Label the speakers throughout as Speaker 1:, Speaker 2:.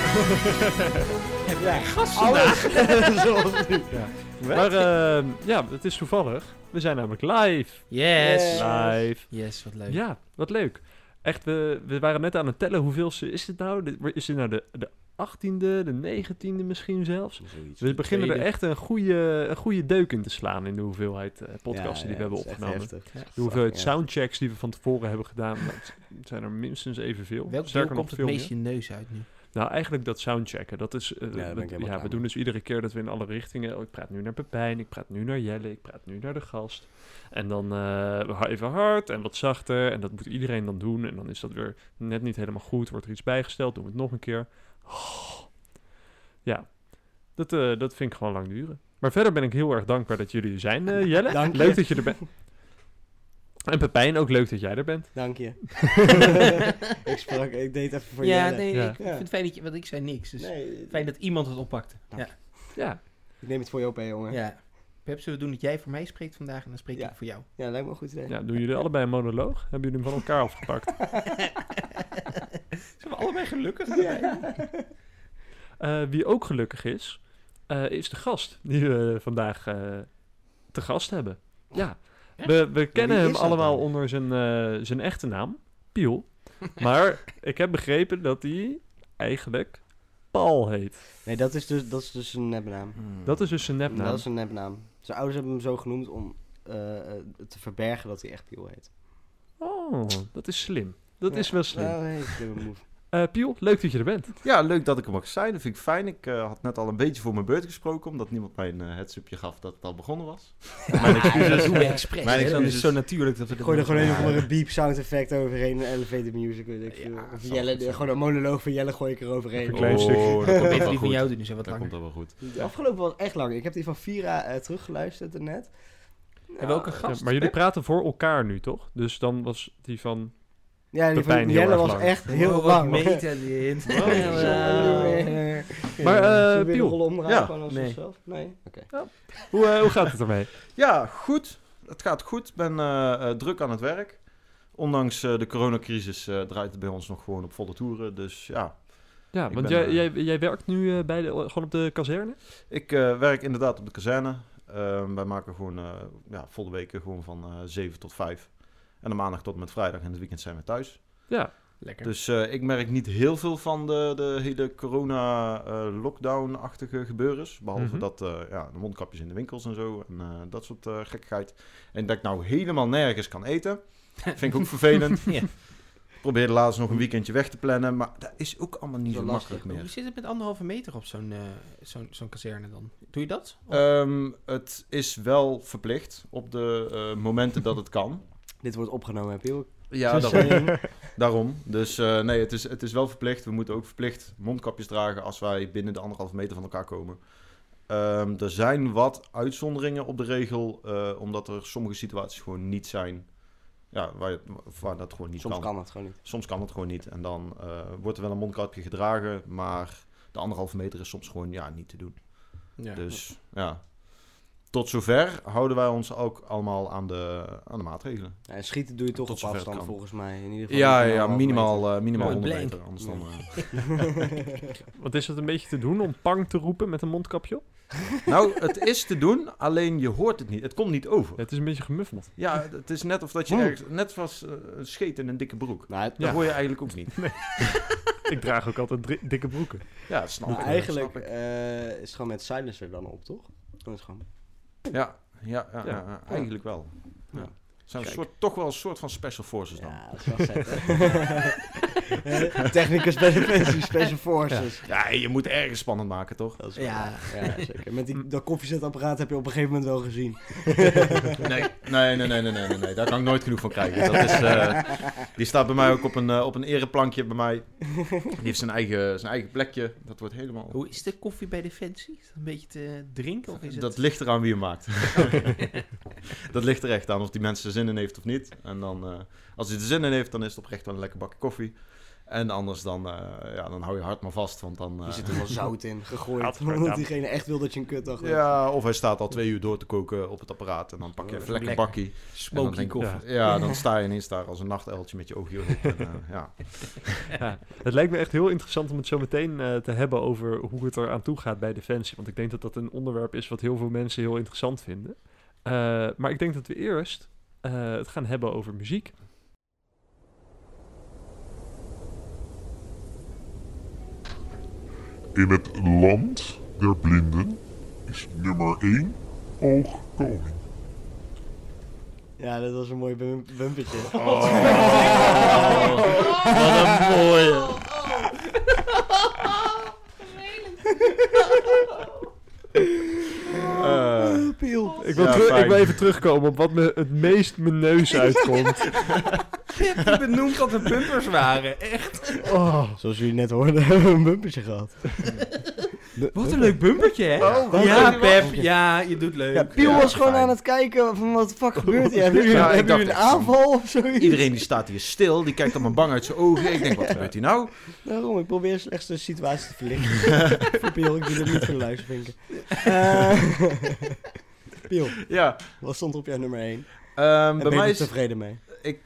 Speaker 1: Heb jij gast
Speaker 2: Alles
Speaker 1: vandaag?
Speaker 2: zoals nu.
Speaker 3: Ja. Maar het is toevallig. We zijn namelijk live.
Speaker 1: Yes.
Speaker 3: Live.
Speaker 1: Yes, wat leuk.
Speaker 3: Ja, wat leuk. Echt, we waren net aan het tellen. Hoeveelste is het nou? Is dit nou de 18e, de 19e misschien zelfs?
Speaker 2: Zoiets.
Speaker 3: We beginnen er
Speaker 1: tweede.
Speaker 3: echt een goede deuk in te slaan in de hoeveelheid podcasten die we hebben
Speaker 2: dat is echt
Speaker 3: opgenomen.
Speaker 2: heftig.
Speaker 1: Ja.
Speaker 3: De hoeveelheid
Speaker 2: Ja.
Speaker 3: soundchecks die we van tevoren hebben gedaan, dat zijn er minstens evenveel.
Speaker 1: Welk deel
Speaker 3: Sterker nog,
Speaker 1: komt het
Speaker 3: veel
Speaker 1: meest
Speaker 3: meer.
Speaker 1: je neus uit nu?
Speaker 3: Nou, eigenlijk dat soundchecken. Dat is,
Speaker 2: daar ben ik helemaal klaar
Speaker 3: we
Speaker 2: mee.
Speaker 3: doen dus iedere keer dat we in alle richtingen... Oh, ik praat nu naar Pepijn, ik praat nu naar Jelle, ik praat nu naar de gast. En dan even hard en wat zachter. En dat moet iedereen dan doen. En dan is dat weer net niet helemaal goed. Wordt er iets bijgesteld, doen we het nog een keer. Oh. Ja, dat vind ik gewoon lang duren. Maar verder ben ik heel erg dankbaar dat jullie er zijn, Jelle.
Speaker 2: Dank je.
Speaker 3: Leuk dat je er bent. En Pepijn, ook leuk dat jij er bent.
Speaker 2: Dank je. ik deed even voor
Speaker 1: Ja,
Speaker 2: Jelle.
Speaker 1: nee,
Speaker 3: Ja.
Speaker 1: ik vind het fijn dat je... Want ik zei niks, dus
Speaker 2: Nee,
Speaker 1: fijn dat iemand het oppakte.
Speaker 2: Dank
Speaker 1: Ja.
Speaker 3: Ja,
Speaker 2: ik neem het voor je op, hè, jongen.
Speaker 1: Ja. Pep, zullen we doen dat jij voor mij spreekt vandaag en dan spreek
Speaker 2: Ja.
Speaker 1: ik voor jou?
Speaker 2: Ja, lijkt me een goed idee.
Speaker 3: ja, doen jullie allebei een monoloog? Hebben jullie hem van elkaar afgepakt?
Speaker 1: Zijn we allebei gelukkig?
Speaker 3: Wie ook gelukkig is de gast die we vandaag te gast hebben. Ja, we kennen
Speaker 2: wie
Speaker 3: hem
Speaker 2: is dat
Speaker 3: allemaal
Speaker 2: dan?
Speaker 3: onder zijn echte naam, Piel. Maar ik heb begrepen dat hij eigenlijk Paul heet.
Speaker 2: Nee, dat is dus een nepnaam.
Speaker 3: Dat is dus zijn nepnaam.
Speaker 2: Dat is een nepnaam. Zijn ouders hebben hem zo genoemd om te verbergen dat hij echt Piel heet.
Speaker 3: Oh, dat is slim. Dat is wel slim.
Speaker 2: Wel een hele slimme move.
Speaker 3: Piel, leuk dat je er bent.
Speaker 4: Ja, leuk dat ik er mag zijn. Dat vind ik fijn. Ik had net al een beetje voor mijn beurt gesproken, omdat niemand mij een heads-upje gaf dat het al begonnen was. Mijn
Speaker 1: Dat
Speaker 4: excuses.
Speaker 1: doen we expres.
Speaker 4: Mijn
Speaker 1: hè? Dat is
Speaker 4: excuses.
Speaker 1: zo natuurlijk dat we dat
Speaker 2: Gooi er
Speaker 1: doen.
Speaker 2: gewoon een of andere beep sound effect overheen. Een elevator music, weet ik veel.
Speaker 4: Ja,
Speaker 2: Of
Speaker 4: zal
Speaker 2: Jelle,
Speaker 4: goed zijn.
Speaker 2: gewoon een monoloog van Jelle gooi ik er
Speaker 3: Even
Speaker 2: overheen.
Speaker 3: een klein stukje.
Speaker 4: dat komt
Speaker 1: Beter
Speaker 4: wel
Speaker 1: die van
Speaker 4: goed.
Speaker 1: jou doen, die zijn wat
Speaker 4: Dat
Speaker 1: langer.
Speaker 4: komt wel goed.
Speaker 2: De afgelopen was echt lang. Ik heb die van Vira teruggeluisterd net.
Speaker 1: Hebben we ook een gast?
Speaker 3: Ja, maar jullie praten voor elkaar nu, toch? Dus dan was die van...
Speaker 2: Ja, die
Speaker 3: Pepijn
Speaker 2: van
Speaker 3: heel
Speaker 2: Jelle
Speaker 3: erg
Speaker 2: was
Speaker 3: lang.
Speaker 2: echt heel
Speaker 1: Oh, wat
Speaker 2: lang.
Speaker 1: meta dit.
Speaker 3: Maar,
Speaker 2: Zullen we weer
Speaker 3: Piel.
Speaker 2: de rollen omdraaien
Speaker 4: Ja.
Speaker 2: gewoon als
Speaker 1: Nee.
Speaker 2: zichzelf? Nee? Oké.
Speaker 3: Hoe gaat het ermee?
Speaker 4: Ja, goed. Het gaat goed. Ik ben druk aan het werk. Ondanks de coronacrisis draait het bij ons nog gewoon op volle toeren. Dus ja,
Speaker 3: Ja,
Speaker 4: Ik
Speaker 3: want
Speaker 4: ben,
Speaker 3: jij werkt nu gewoon op de kazerne?
Speaker 4: ik werk inderdaad op de kazerne. Wij maken gewoon volle weken gewoon van 7 tot 5. En de maandag tot en met vrijdag en het weekend zijn we thuis.
Speaker 3: Ja.
Speaker 1: Lekker.
Speaker 4: Dus ik merk niet heel veel van de hele corona-lockdown-achtige gebeurens. Behalve
Speaker 3: Mhm.
Speaker 4: dat de mondkapjes in de winkels en zo. En dat soort gekkigheid. En dat ik nou helemaal nergens kan eten. Vind ik ook vervelend.
Speaker 1: Ja.
Speaker 4: Ik probeerde laatst nog een weekendje weg te plannen. Maar dat is ook allemaal niet
Speaker 2: Zo
Speaker 4: zo
Speaker 2: lastig.
Speaker 4: makkelijk
Speaker 1: Hoe
Speaker 4: meer.
Speaker 1: zit het met 1,5 meter op zo'n kazerne dan? Doe je dat?
Speaker 4: Het is wel verplicht op de momenten dat het kan.
Speaker 2: Dit wordt opgenomen, heb je?
Speaker 4: Ja, daarom. Dus nee, het is wel verplicht. We moeten ook verplicht mondkapjes dragen als wij binnen de 1,5 meter van elkaar komen. Er zijn wat uitzonderingen op de regel, omdat er sommige situaties gewoon niet zijn. Ja, waar dat gewoon niet
Speaker 2: Soms
Speaker 4: kan.
Speaker 2: kan het gewoon niet.
Speaker 4: Soms kan het gewoon niet. En dan wordt er wel een mondkapje gedragen, maar de 1,5 meter is soms gewoon niet te doen.
Speaker 1: Ja.
Speaker 4: Dus ja, tot zover houden wij ons ook allemaal aan de maatregelen.
Speaker 2: Ja, en schieten doe je toch
Speaker 4: Tot
Speaker 2: op
Speaker 4: zover
Speaker 2: afstand,
Speaker 4: het kan.
Speaker 2: volgens mij. In ieder geval
Speaker 4: Ja,
Speaker 2: niet
Speaker 4: ja,
Speaker 2: van 1,5
Speaker 4: minimaal
Speaker 1: Mooi
Speaker 4: 100
Speaker 1: blank.
Speaker 4: meter. Anders dan,
Speaker 3: Want is het een beetje te doen om pang te roepen met een mondkapje op?
Speaker 4: Nou, het is te doen, alleen je hoort het niet. Het komt niet over.
Speaker 3: Het is een beetje gemuffeld.
Speaker 4: Ja, het is net of dat je ergens, net zoals een scheet in een dikke broek.
Speaker 2: Nou,
Speaker 4: Dat hoor je eigenlijk ook niet.
Speaker 3: Ik draag ook altijd dikke broeken.
Speaker 4: Ja, dat snap
Speaker 2: nou,
Speaker 4: ik.
Speaker 2: eigenlijk
Speaker 4: snap ik.
Speaker 2: is het gewoon met silencer dan op, toch? Dan is het gewoon...
Speaker 4: Ja, eigenlijk wel. Ja. Het zijn toch wel een soort van special forces dan.
Speaker 2: Ja, dat is wel vet, hè? Technicus bij Defensie, Special Forces.
Speaker 4: Ja, je moet ergens spannend maken, toch?
Speaker 2: Dat is wel-
Speaker 1: Ja.
Speaker 2: ja, zeker. Met dat koffiezetapparaat heb je op een gegeven moment wel gezien.
Speaker 4: Nee. Daar kan ik nooit genoeg van krijgen. Dat is, die staat bij mij ook op een ereplankje bij mij. Die heeft zijn eigen plekje. Dat wordt helemaal...
Speaker 1: Hoe is de koffie bij Defensie? Is dat een beetje te drinken? Of is het...
Speaker 4: Dat ligt eraan wie hem maakt. Dat ligt er echt aan of die mensen er zin in heeft of niet. En dan, als hij er zin in heeft, dan is het oprecht wel een lekker bakje koffie. En anders dan hou je hart maar vast, want dan...
Speaker 2: Er zit er wel zout in gegooid.
Speaker 3: Gadverdamme.
Speaker 2: Omdat diegene echt wil dat je een kutdag hebt.
Speaker 4: ja, of hij staat al 2 uur door te koken op het apparaat en dan pak je even lekker een bakkie. En dan
Speaker 1: Smoky
Speaker 4: denk ik,
Speaker 1: koffie.
Speaker 4: ja, dan sta je ineens daar als een nachtuiltje met je oogje open. Ja.
Speaker 3: Ja, het lijkt me echt heel interessant om het zo meteen te hebben over hoe het er aan toe gaat bij Defensie. Want ik denk dat dat een onderwerp is wat heel veel mensen heel interessant vinden. Maar ik denk dat we eerst het gaan hebben over muziek.
Speaker 5: In het land der blinden is nummer 1 oogkoning.
Speaker 2: Ja, dat was een mooi bumpertje.
Speaker 3: Wat een mooie.
Speaker 2: Piel.
Speaker 3: Ik wil,
Speaker 4: Ja,
Speaker 3: ik
Speaker 4: fijn.
Speaker 3: wil even terugkomen op wat me het meest mijn neus uitkomt.
Speaker 1: Je benoemd dat er bumpers waren. Echt.
Speaker 3: Oh.
Speaker 2: Zoals jullie net hoorden, hebben we een bumpertje gehad.
Speaker 1: Wat een leuk bumpertje, hè?
Speaker 2: Oh,
Speaker 1: ja,
Speaker 2: wat?
Speaker 1: Pep. Ja, je doet leuk.
Speaker 2: Ja, Piel
Speaker 4: Ja,
Speaker 2: was gewoon
Speaker 4: fijn.
Speaker 2: aan het kijken van wat de fuck gebeurt hier. Hebben jullie,
Speaker 4: Ja, ik
Speaker 2: hebben
Speaker 4: dacht
Speaker 2: jullie een
Speaker 4: echt van-
Speaker 2: aanval of zoiets?
Speaker 4: Iedereen die staat hier stil, die kijkt allemaal bang uit zijn ogen. Ik denk, wat gebeurt hier nou?
Speaker 2: Daarom, ik probeer slechts de situatie te verlichten. Voor Piel, ik doe dit niet voor de luistervinken. Piel,
Speaker 4: Ja,
Speaker 2: wat stond er op jouw nummer 1?
Speaker 4: bij
Speaker 2: En ben
Speaker 4: mij
Speaker 2: je
Speaker 4: is...
Speaker 2: er tevreden mee?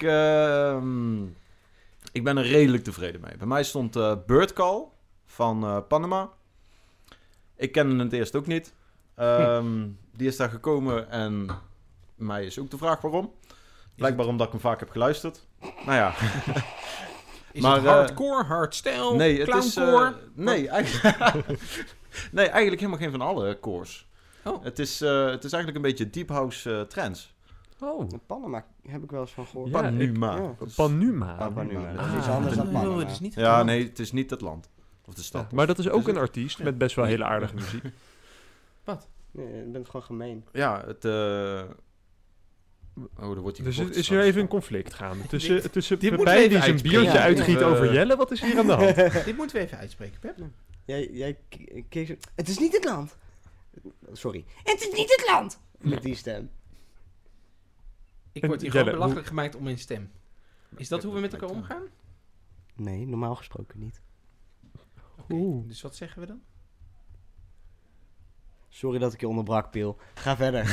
Speaker 4: Ik ben er redelijk tevreden mee. Bij mij stond Bird Call van Panama. Ik kende het eerst ook niet. Die is daar gekomen en mij is ook de vraag waarom. Blijkbaar omdat ik hem vaak heb geluisterd. Nou ja,
Speaker 1: Is
Speaker 4: Maar,
Speaker 1: het hardcore, hardstyle,
Speaker 4: nee, het is...
Speaker 1: clowncore?
Speaker 4: nee, eigenlijk, nee, eigenlijk helemaal geen van alle cores.
Speaker 1: Oh.
Speaker 4: Het is eigenlijk een beetje deep house trance.
Speaker 3: Oh.
Speaker 2: Panama heb ik wel eens van gehoord.
Speaker 3: Ja,
Speaker 4: Panuma.
Speaker 2: ja.
Speaker 3: Panuma.
Speaker 2: Panuma. Dat is
Speaker 1: Ah,
Speaker 2: iets anders dan
Speaker 1: oh,
Speaker 2: Panama.
Speaker 1: het is niet
Speaker 4: Ja, nee, het is niet het land. Of de stad.
Speaker 3: Ja, maar dat is ook
Speaker 4: Dus
Speaker 3: een
Speaker 4: het-
Speaker 3: artiest met best wel hele aardige muziek.
Speaker 2: Nee, je bent gewoon gemeen.
Speaker 4: Ja, het... Oh, er wordt hier
Speaker 3: Dus
Speaker 4: gevochten
Speaker 3: is hier
Speaker 4: straks.
Speaker 3: even een conflict gaande tussen
Speaker 1: dit moeten we
Speaker 3: Pepijn
Speaker 1: even
Speaker 3: die zijn
Speaker 1: uitspreken.
Speaker 3: biertje
Speaker 2: Ja,
Speaker 3: uitgiet
Speaker 4: ja.
Speaker 3: over Jelle. Wat is hier aan de hand?
Speaker 1: Dit moeten we even uitspreken, Pep.
Speaker 2: Jij keek zo... Het is niet het land. Sorry. Het is niet het land. Met die stem.
Speaker 1: Ik
Speaker 3: En
Speaker 1: word hier
Speaker 3: Jelle,
Speaker 1: gewoon belachelijk gemaakt om mijn stem. Is dat hoe we met elkaar omgaan?
Speaker 2: Nee, normaal gesproken niet.
Speaker 3: Oeh.
Speaker 1: Dus wat zeggen we dan?
Speaker 2: Sorry dat ik je onderbrak, Piel. Ga verder.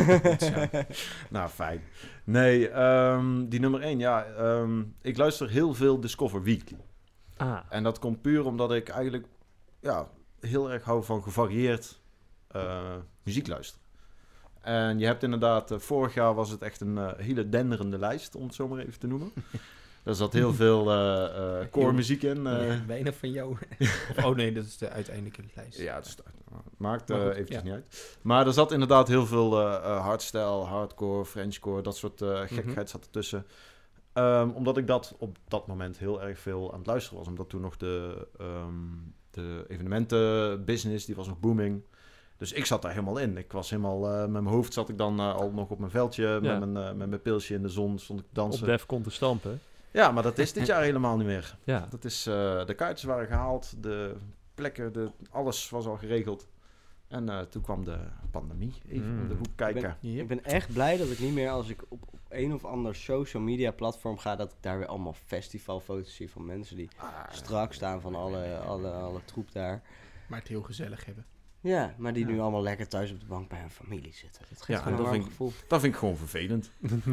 Speaker 4: Nou, fijn. Nee, die nummer 1, ja. Ik luister heel veel Discover Weekly.
Speaker 3: Ah.
Speaker 4: En dat komt puur omdat ik eigenlijk heel erg hou van gevarieerd muziek luisteren. En je hebt inderdaad, vorig jaar was het echt een hele denderende lijst, om het zo maar even te noemen. Er zat heel veel core muziek in.
Speaker 1: Bijna van jou. Oh nee, dat is de uiteindelijke lijst.
Speaker 4: Ja, het is, maakt
Speaker 1: Maar goed,
Speaker 4: eventjes
Speaker 1: ja.
Speaker 4: niet uit. Maar er zat inderdaad heel veel hardstyle, hardcore, Frenchcore, dat soort gekkigheid zat ertussen. Omdat ik dat op dat moment heel erg veel aan het luisteren was. Omdat toen nog de evenementenbusiness, die was nog booming. Dus ik zat daar helemaal in. Ik was helemaal, met mijn hoofd zat ik dan al nog op mijn veldje,
Speaker 3: Ja.
Speaker 4: met mijn pilsje in de zon, stond ik te dansen.
Speaker 3: Op Def kon te stampen.
Speaker 4: Ja, maar dat is dit jaar helemaal niet meer.
Speaker 3: Ja.
Speaker 4: Dat is, de kaartjes waren gehaald, de plekken, alles was al geregeld. En toen kwam de pandemie even om de hoek kijken.
Speaker 2: Ik ben echt blij dat ik niet meer als ik op een of ander social media platform ga, dat ik daar weer allemaal festivalfoto's zie van mensen die strak staan van alle troep daar.
Speaker 1: Maar het heel gezellig hebben.
Speaker 2: Ja, maar die nu allemaal lekker thuis op de bank bij hun familie zitten. Dat geeft
Speaker 4: Ja,
Speaker 2: gewoon een
Speaker 4: dat
Speaker 2: warm
Speaker 4: vind ik-
Speaker 2: gevoel.
Speaker 4: Dat vind ik gewoon vervelend.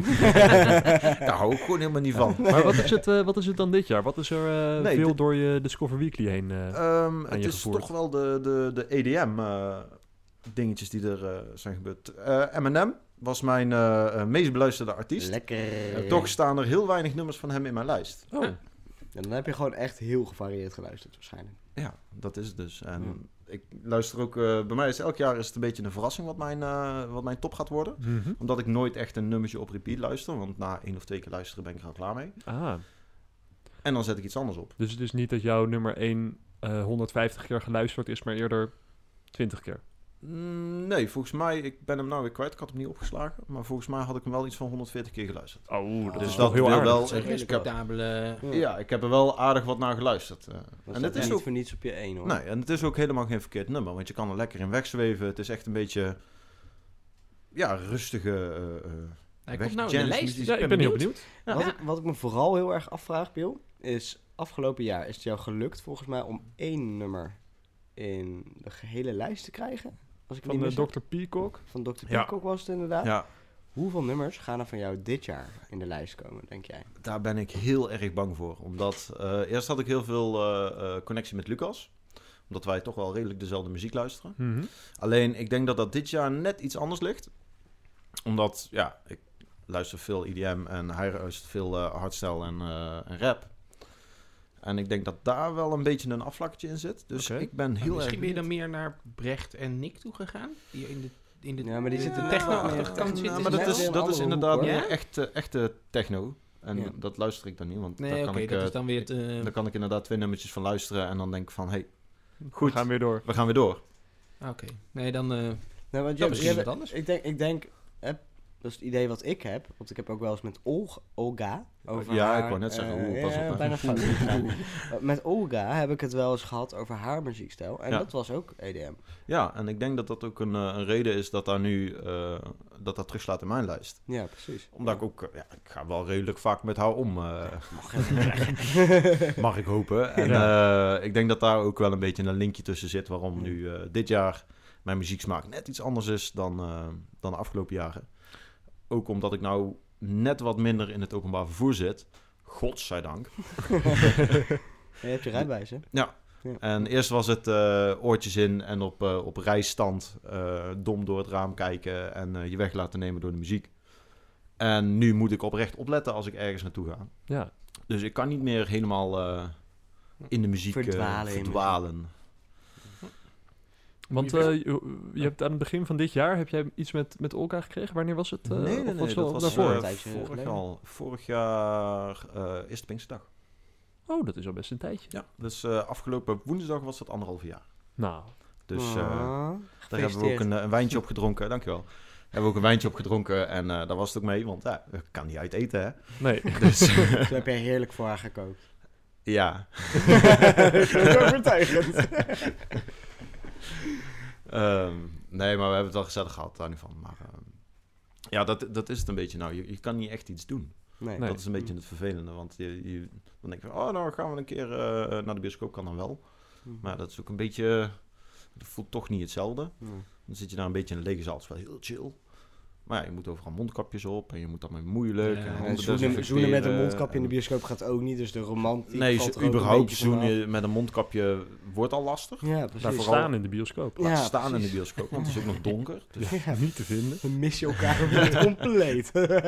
Speaker 4: Daar hou ik gewoon helemaal niet van.
Speaker 3: Maar wat is het dan dit jaar? Wat is er
Speaker 4: Nee,
Speaker 3: veel
Speaker 4: dit-
Speaker 3: door je Discover Weekly heen?
Speaker 4: Het
Speaker 3: je
Speaker 4: is
Speaker 3: gevoerd.
Speaker 4: toch wel de EDM dingetjes die er zijn gebeurd. Eminem was mijn meest beluisterde artiest.
Speaker 2: Lekker.
Speaker 4: Toch staan er heel weinig nummers van hem in mijn lijst.
Speaker 3: Oh.
Speaker 2: Ja, dan heb je gewoon echt heel gevarieerd geluisterd waarschijnlijk.
Speaker 4: Ja, dat is het dus. En
Speaker 2: Ja.
Speaker 4: ik luister ook... bij mij is elk jaar is het een beetje een verrassing wat mijn top gaat worden.
Speaker 3: Mhm.
Speaker 4: Omdat ik nooit echt een nummertje op repeat luister. Want na 1 of 2 keer luisteren ben ik er al klaar mee.
Speaker 3: Ah,
Speaker 4: En dan zet ik iets anders op.
Speaker 3: dus het is niet dat jouw nummer 1 150 keer geluisterd is, maar eerder 20 keer.
Speaker 4: Nee, volgens mij... Ik ben hem nou weer kwijt. Ik had hem niet opgeslagen. Maar volgens mij had ik hem wel iets van 140 keer geluisterd.
Speaker 3: Oh, dat
Speaker 2: Dus
Speaker 3: is
Speaker 4: dat
Speaker 3: toch heel
Speaker 4: wil
Speaker 3: aardig.
Speaker 4: wel-
Speaker 1: Dat is een
Speaker 4: ik heb-
Speaker 1: respectabele...
Speaker 4: Ja, ik heb er wel aardig wat naar geluisterd.
Speaker 2: Dat
Speaker 4: En
Speaker 2: en
Speaker 4: het is
Speaker 2: niet
Speaker 4: ook...
Speaker 2: voor niets op je 1 hoor.
Speaker 4: Nee, en het is ook helemaal geen verkeerd nummer. Want je kan er lekker in wegzweven. Het is echt een beetje... Ja, rustige...
Speaker 1: Hij
Speaker 4: Weg-
Speaker 1: komt nou in de
Speaker 4: jazz
Speaker 1: lijst.
Speaker 4: muziek.
Speaker 1: Dus
Speaker 3: Ja, ik ben heel benieuwd.
Speaker 2: Wat ik me vooral heel erg afvraag, Bill, is afgelopen jaar is het jou gelukt volgens mij om 1 nummer in de gehele lijst te krijgen. Als ik
Speaker 3: Van
Speaker 2: niet
Speaker 3: de
Speaker 2: mis heb.
Speaker 3: Dr. Peacock.
Speaker 2: Van Dr.
Speaker 4: Ja.
Speaker 2: Peacock was het inderdaad.
Speaker 4: Ja,
Speaker 2: Hoeveel nummers gaan er van jou dit jaar in de lijst komen, denk jij?
Speaker 4: daar ben ik heel erg bang voor. Omdat eerst had ik heel veel connectie met Lucas. Omdat wij toch wel redelijk dezelfde muziek luisteren.
Speaker 3: Mhm.
Speaker 4: Alleen, ik denk dat dat dit jaar net iets anders ligt. Omdat, ja, ik luister veel EDM en hij luistert veel hardstyle en rap. En ik denk dat daar wel een beetje een afvlakketje in zit. Dus
Speaker 3: Oké.
Speaker 4: ik ben heel erg
Speaker 1: Misschien ben je dan
Speaker 4: benieuwd.
Speaker 1: meer naar Brecht en Nick toe gegaan? Die in de
Speaker 2: Ja, maar die zitten
Speaker 1: de
Speaker 2: net
Speaker 1: techno-achtige
Speaker 2: wel meer-
Speaker 1: kant
Speaker 2: Ja,
Speaker 1: zitten.
Speaker 4: Ja, maar
Speaker 2: is
Speaker 4: dat
Speaker 2: net
Speaker 4: is,
Speaker 2: weer een
Speaker 4: dat is
Speaker 2: andere
Speaker 4: inderdaad
Speaker 2: hoek,
Speaker 1: hoor.
Speaker 4: meer echte techno. En
Speaker 2: Ja.
Speaker 4: dat luister ik dan niet, want
Speaker 1: Nee,
Speaker 4: daar
Speaker 1: oké,
Speaker 4: kan ik,
Speaker 1: dat is dan weer het...
Speaker 4: daar kan ik inderdaad 2 nummertjes van luisteren. En dan denk ik van, hey,
Speaker 3: We
Speaker 4: goed,
Speaker 3: gaan weer door.
Speaker 4: we gaan weer door.
Speaker 1: Oké, nee, dan...
Speaker 2: Nee, want
Speaker 1: Dat is misschien wat anders.
Speaker 2: Ik denk dat is het idee wat ik heb. Want ik heb ook wel eens met Olga over
Speaker 4: Ja,
Speaker 2: haar,
Speaker 4: ik wou net zeggen, pas op, hè.
Speaker 2: bijna fout. Met Olga heb ik het wel eens gehad over haar muziekstijl. En
Speaker 4: Ja.
Speaker 2: dat was ook EDM.
Speaker 4: Ja, en ik denk dat dat ook een reden is dat daar nu dat terugslaat in mijn lijst.
Speaker 2: Ja, precies.
Speaker 4: Omdat ik ook, ja, ik ga wel redelijk vaak met haar om. Mag ik hopen. En ik denk dat daar ook wel een beetje een linkje tussen zit. Waarom nu dit jaar mijn muzieksmaak net iets anders is dan de afgelopen jaren. Ook omdat ik nou net wat minder in het openbaar vervoer zit. Godzijdank.
Speaker 2: Je hebt je rijbewijs, hè?
Speaker 4: Ja.
Speaker 2: Ja.
Speaker 4: En eerst was het oortjes in en op rijstand dom door het raam kijken en je weg laten nemen door de muziek. En nu moet ik oprecht opletten als ik ergens naartoe ga.
Speaker 3: Ja.
Speaker 4: Dus ik kan niet meer helemaal in de muziek
Speaker 2: Verdwalen in
Speaker 4: verdwalen.
Speaker 3: Want je hebt aan het begin van dit jaar heb jij iets met Olga gekregen. Wanneer was het? Of was
Speaker 4: dat
Speaker 3: het
Speaker 4: was
Speaker 3: daarvoor?
Speaker 2: een tijdje geleden.
Speaker 4: vorig jaar is de Pinksterdag.
Speaker 3: Oh, dat is al best een tijdje.
Speaker 4: Ja, dus afgelopen woensdag was dat 1,5 jaar.
Speaker 3: Nou,
Speaker 4: Dus
Speaker 2: Ah,
Speaker 4: daar hebben we ook een wijntje op gedronken. Dankjewel. Hebben we ook een wijntje op gedronken en daar was het ook mee, want ja, ik kan niet uit eten, hè.
Speaker 3: nee.
Speaker 4: Dus
Speaker 2: Toen heb jij heerlijk voor haar gekookt.
Speaker 4: ja.
Speaker 2: Overtuigend.
Speaker 4: Nee, maar we hebben het wel gezellig gehad, daar niet van. Maar ja, dat is het een beetje nou. Je kan niet echt iets doen.
Speaker 2: Nee.
Speaker 3: Nee.
Speaker 4: Dat is een beetje het vervelende, want dan denk je van, oh, nou gaan we een keer naar de bioscoop, kan dan wel. Maar dat is ook een beetje, dat voelt toch niet hetzelfde. Dan zit je daar een beetje in een lege zaal, het is wel heel chill. Maar ja, je moet overal mondkapjes op en je moet dat maar moeilijk.
Speaker 1: Ja.
Speaker 4: en
Speaker 2: En
Speaker 4: handen
Speaker 2: zoenen met
Speaker 4: desinfecteren
Speaker 2: een mondkapje in de
Speaker 4: en-
Speaker 2: bioscoop gaat ook niet, dus de romantiek
Speaker 4: Nee,
Speaker 2: valt er ook een
Speaker 4: überhaupt
Speaker 2: beetje vanaf.
Speaker 4: zoenen met een mondkapje wordt al lastig.
Speaker 2: Ja, precies.
Speaker 3: Laat
Speaker 4: vooral-
Speaker 3: staan in de bioscoop.
Speaker 2: Ja,
Speaker 4: Laat staan in de
Speaker 2: precies.
Speaker 4: bioscoop, want het is ook nog donker. Dus
Speaker 2: Ja,
Speaker 3: Niet te vinden.
Speaker 2: dan mis je elkaar ook niet compleet.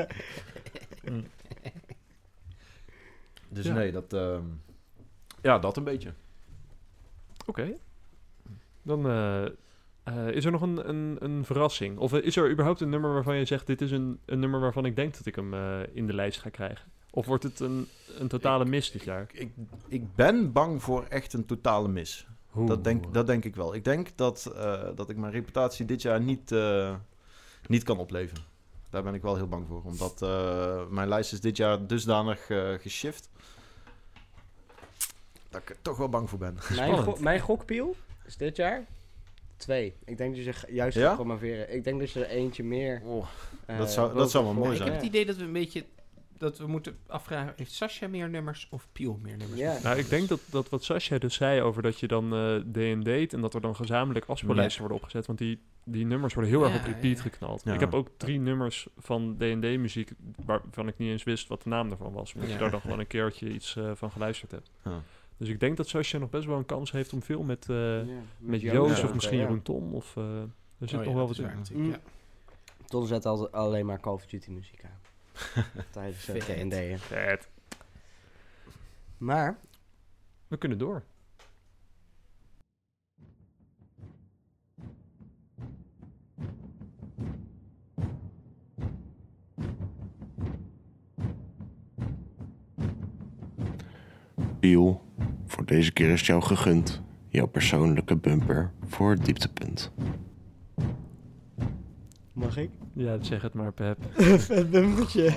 Speaker 4: Dus
Speaker 3: Ja.
Speaker 4: nee, ja, dat een beetje.
Speaker 3: Oké. Dan is er nog een verrassing. Of is er überhaupt een nummer waarvan je zegt... dit is een nummer waarvan ik denk dat ik hem in de lijst ga krijgen? Of wordt het een totale mis dit jaar?
Speaker 4: Ik ben bang voor echt een totale mis.
Speaker 3: Oeh.
Speaker 4: Dat denk ik wel. Ik denk dat ik mijn reputatie dit jaar niet kan opleveren. Daar ben ik wel heel bang voor. Omdat mijn lijst is dit jaar dusdanig geshift. Dat ik er toch wel bang voor ben.
Speaker 2: Mijn gokpiel is dit jaar 2. Ik denk dat je juist
Speaker 4: Ja?
Speaker 2: gaat promoveren. Ik denk dat je er eentje meer...
Speaker 4: Oh,
Speaker 2: eh,
Speaker 4: dat zou
Speaker 2: boven
Speaker 4: wel
Speaker 2: de
Speaker 4: mooi
Speaker 1: Ik
Speaker 2: vorige-
Speaker 1: heb het idee dat we een beetje... Dat we moeten afvragen, heeft Sascha meer nummers of Piel meer nummers?
Speaker 2: Ja.
Speaker 3: Nou, ik denk dat wat Sascha dus zei over dat je dan D&Date... en dat er dan gezamenlijk afspeellijsten worden opgezet. Want die nummers worden heel erg
Speaker 1: Ja,
Speaker 3: op repeat
Speaker 1: ja.
Speaker 3: geknald.
Speaker 4: Ja.
Speaker 3: Ik heb ook 3 nummers van D&D muziek... waarvan ik niet eens wist wat de naam ervan was. Omdat je
Speaker 1: Ja.
Speaker 3: daar dan gewoon een keertje iets van geluisterd hebt.
Speaker 4: Ja.
Speaker 3: Dus ik denk dat Sascha nog best wel een kans heeft om veel met
Speaker 2: Met
Speaker 3: Joost
Speaker 4: ja.
Speaker 3: of misschien
Speaker 2: ja.
Speaker 3: Jeroen Tom. Of, er zit
Speaker 1: Oh ja,
Speaker 3: nog wel
Speaker 1: dat
Speaker 3: wat
Speaker 1: is waar
Speaker 3: in.
Speaker 1: natuurlijk, ja.
Speaker 2: Ton zet altijd alleen maar Call of Duty muziek aan. Tijdens het
Speaker 1: Vet.
Speaker 2: D&D'en.
Speaker 3: Vet.
Speaker 2: Maar,
Speaker 3: We kunnen door.
Speaker 6: Piel, voor deze keer is jou gegund. Jouw persoonlijke bumper voor het dieptepunt.
Speaker 2: mag ik?
Speaker 3: Ja, zeg het maar, Pep.
Speaker 2: Vet bumpertje.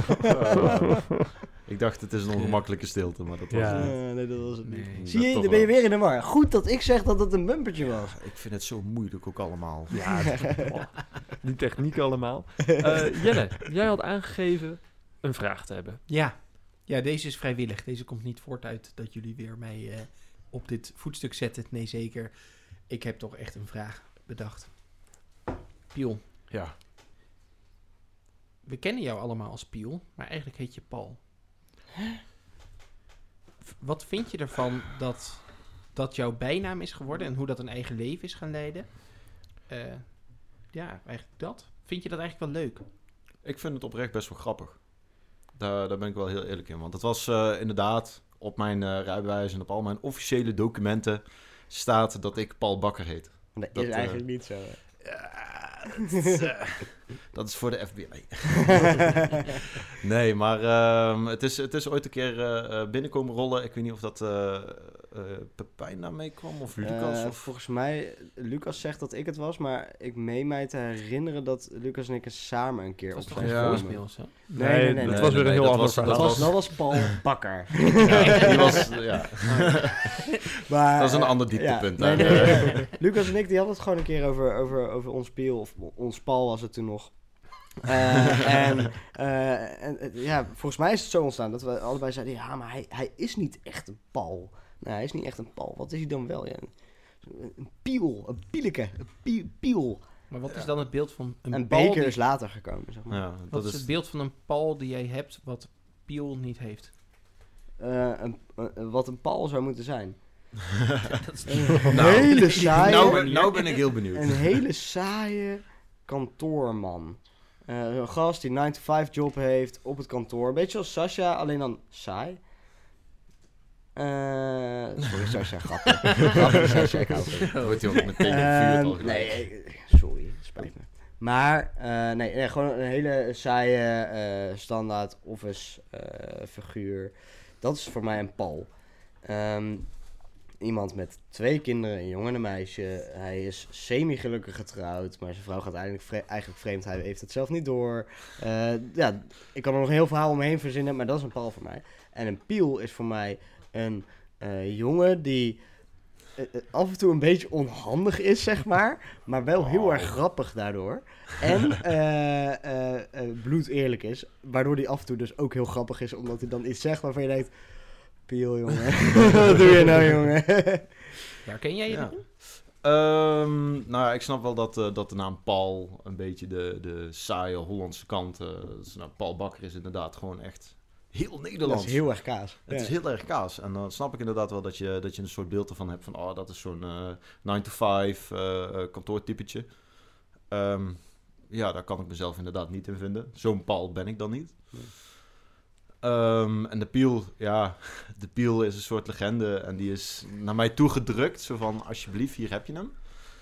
Speaker 4: Ik dacht, het is een ongemakkelijke stilte, maar dat was
Speaker 3: Ja.
Speaker 4: het niet.
Speaker 2: Nee, dat was het niet.
Speaker 1: Nee.
Speaker 2: Zie je,
Speaker 4: toch
Speaker 2: dan ben je
Speaker 4: wel.
Speaker 2: weer in de war. Goed dat ik zeg dat het een bumpertje was.
Speaker 4: Ik vind het zo moeilijk ook allemaal.
Speaker 3: Ja, die techniek allemaal. Jelle, jij had aangegeven een vraag te hebben.
Speaker 1: Ja, Ja, deze is vrijwillig. Deze komt niet voort uit dat jullie weer mij op dit voetstuk zetten. Nee, zeker. Ik heb toch echt een vraag bedacht. Piel,
Speaker 4: Ja.
Speaker 1: we kennen jou allemaal als Piel, maar eigenlijk heet je Paul. Wat vind je ervan dat jouw bijnaam is geworden en hoe dat een eigen leven is gaan leiden? Ja, eigenlijk dat. Vind je dat eigenlijk wel leuk?
Speaker 4: Ik vind het oprecht best wel grappig. Daar ben ik wel heel eerlijk in. Want het was inderdaad op mijn rijbewijs en op al mijn officiële documenten staat dat ik Paul Bakker heet.
Speaker 2: Dat
Speaker 4: Dat,
Speaker 2: is eigenlijk niet zo. Hè.
Speaker 4: Dat is voor de FBI. Nee, maar het is ooit een keer binnenkomen rollen. Ik weet niet of dat Pepijn daar mee kwam of Lucas. Of...
Speaker 2: Volgens mij, Lucas zegt dat ik het was, maar ik meen mij te herinneren dat Lucas en ik er samen een keer
Speaker 1: Dat was
Speaker 2: op
Speaker 1: toch
Speaker 2: zijn
Speaker 1: een
Speaker 4: Ja.
Speaker 1: voicemail of zo?
Speaker 2: Nee.
Speaker 3: Het was weer een heel
Speaker 4: dat
Speaker 3: ander
Speaker 4: was-
Speaker 3: verhaal.
Speaker 2: Dat was Paul Bakker.
Speaker 4: Die was, ja,
Speaker 2: Maar,
Speaker 4: dat is een ander dieptepunt.
Speaker 2: Nee.
Speaker 4: hè.
Speaker 2: Lucas en ik die hadden het gewoon een keer over ons Piel, of ons Paul was het toen nog. En ja, volgens mij is het zo ontstaan dat we allebei zeiden, ja, maar hij is niet echt een Paul. Nee, hij is niet echt een Paul. Wat is hij dan wel? Ja, een piel, een pieleke, een piel.
Speaker 1: Maar wat is dan het beeld van een
Speaker 2: Een
Speaker 1: Paul?
Speaker 2: beker is later gekomen, zeg maar.
Speaker 4: Ja,
Speaker 1: Wat
Speaker 4: dat
Speaker 1: is het beeld van een Paul die jij hebt wat Piel niet heeft?
Speaker 2: Wat een Paul zou moeten zijn.
Speaker 1: Dat is
Speaker 2: Een
Speaker 4: Nou,
Speaker 2: hele saaie,
Speaker 4: nou ben ik heel benieuwd.
Speaker 2: een hele saaie kantoorman. Een gast die 9-to-5 job heeft op het kantoor. Een beetje zoals Sasha, alleen dan saai. Sorry, Sasha, grappig. Grappig, Sasha, ik hou van je.
Speaker 4: Dan wordt hij ook meteen gevuurd al gelijk.
Speaker 2: Nee, sorry, spijt me. Maar, nee, gewoon een hele saaie standaard office figuur. Dat is voor mij een Paul. Iemand met 2 kinderen, een jongen en een meisje. Hij is semi-gelukkig getrouwd, maar zijn vrouw gaat eigenlijk vreemd. Hij heeft het zelf niet door. Ja, ik kan er nog een heel verhaal omheen verzinnen, maar dat is een Paul voor mij. En een Piel is voor mij een jongen die af en toe een beetje onhandig is, zeg maar wel heel erg grappig daardoor. En bloedeerlijk is, waardoor hij af en toe dus ook heel grappig is, omdat hij dan iets zegt waarvan je denkt, Piel, jongen, wat doe je nou, jongen?
Speaker 1: Herken jij je
Speaker 4: Ja.
Speaker 1: erin?
Speaker 4: Nou ja, ik snap wel dat de naam Paul een beetje de saaie Hollandse kant... dus, nou, Paul Bakker is inderdaad gewoon echt heel
Speaker 2: Dat
Speaker 4: Nederlands.
Speaker 2: is heel erg kaas.
Speaker 4: Het is heel erg kaas. En dan snap ik inderdaad wel dat je een soort beeld ervan hebt van... oh, dat is zo'n 9-to-5 kantoortypetje. Ja, daar kan ik mezelf inderdaad niet in vinden. Zo'n Paul ben ik dan niet.
Speaker 2: Nee.
Speaker 4: En de Piel, ja, de Piel is een soort legende en die is naar mij toegedrukt. Zo van, alsjeblieft, hier heb je hem.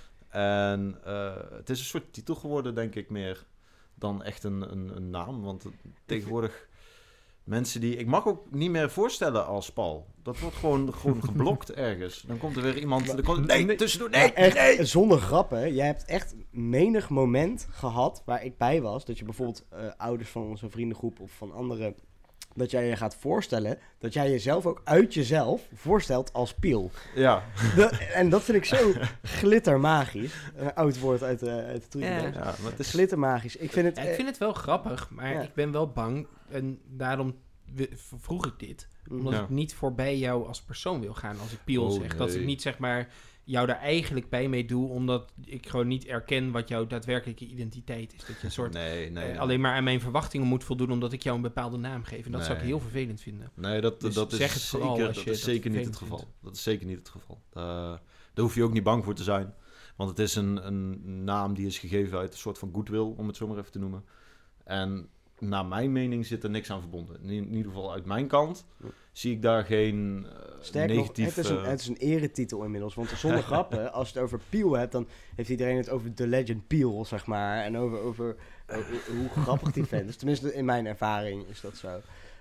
Speaker 4: En het is een soort titel geworden, denk ik, meer dan echt een naam. Want tegenwoordig mensen die... Ik mag ook niet meer voorstellen als Paul. Dat wordt gewoon geblokt ergens. Dan komt er weer iemand... Nee, tussendoor, nee,
Speaker 2: Echt,
Speaker 4: nee!
Speaker 2: zonder grappen, jij hebt echt menig moment gehad waar ik bij was, dat je bijvoorbeeld ouders van onze vriendengroep of van anderen, dat jij je gaat voorstellen, dat jij jezelf ook uit jezelf voorstelt als Piel.
Speaker 4: Ja.
Speaker 2: En dat vind ik zo glittermagisch. Een oud woord uit de toekomst.
Speaker 1: Ja.
Speaker 4: Ja, maar het is...
Speaker 2: Glittermagisch. Ik vind het...
Speaker 1: Ja, ik vind het wel grappig, maar
Speaker 2: Ja.
Speaker 1: ik ben wel bang. En daarom vroeg ik dit. Omdat
Speaker 4: Ja.
Speaker 1: ik niet voorbij jou als persoon wil gaan als ik Piel
Speaker 4: Oh,
Speaker 1: zeg. Dat
Speaker 4: nee.
Speaker 1: ik niet zeg maar jou daar eigenlijk bij mee doe, omdat ik gewoon niet erken wat jouw daadwerkelijke identiteit is. Dat je een soort
Speaker 4: Nee.
Speaker 1: alleen maar aan mijn verwachtingen moet voldoen omdat ik jou een bepaalde naam geef. En dat zou ik
Speaker 4: Nee.
Speaker 1: heel vervelend vinden.
Speaker 4: Nee, dat
Speaker 1: Dus
Speaker 4: is
Speaker 1: zeg het vooral
Speaker 4: zeker,
Speaker 1: als
Speaker 4: dat
Speaker 1: je
Speaker 4: is
Speaker 1: dat
Speaker 4: zeker niet het
Speaker 1: vervelend
Speaker 4: geval.
Speaker 1: vindt.
Speaker 4: Dat is zeker niet het geval. Daar hoef je ook niet bang voor te zijn. Want het is een naam die is gegeven uit een soort van goodwill, om het zo maar even te noemen. En naar mijn mening zit er niks aan verbonden. In ieder geval uit mijn kant zie ik daar geen
Speaker 2: Sterker nog,
Speaker 4: negatief...
Speaker 2: het is een eretitel inmiddels. Want zonder grappen, als je het over Piel hebt, dan heeft iedereen het over The Legend Piel, zeg maar. En over hoe grappig die vent is. Tenminste, in mijn ervaring is dat zo.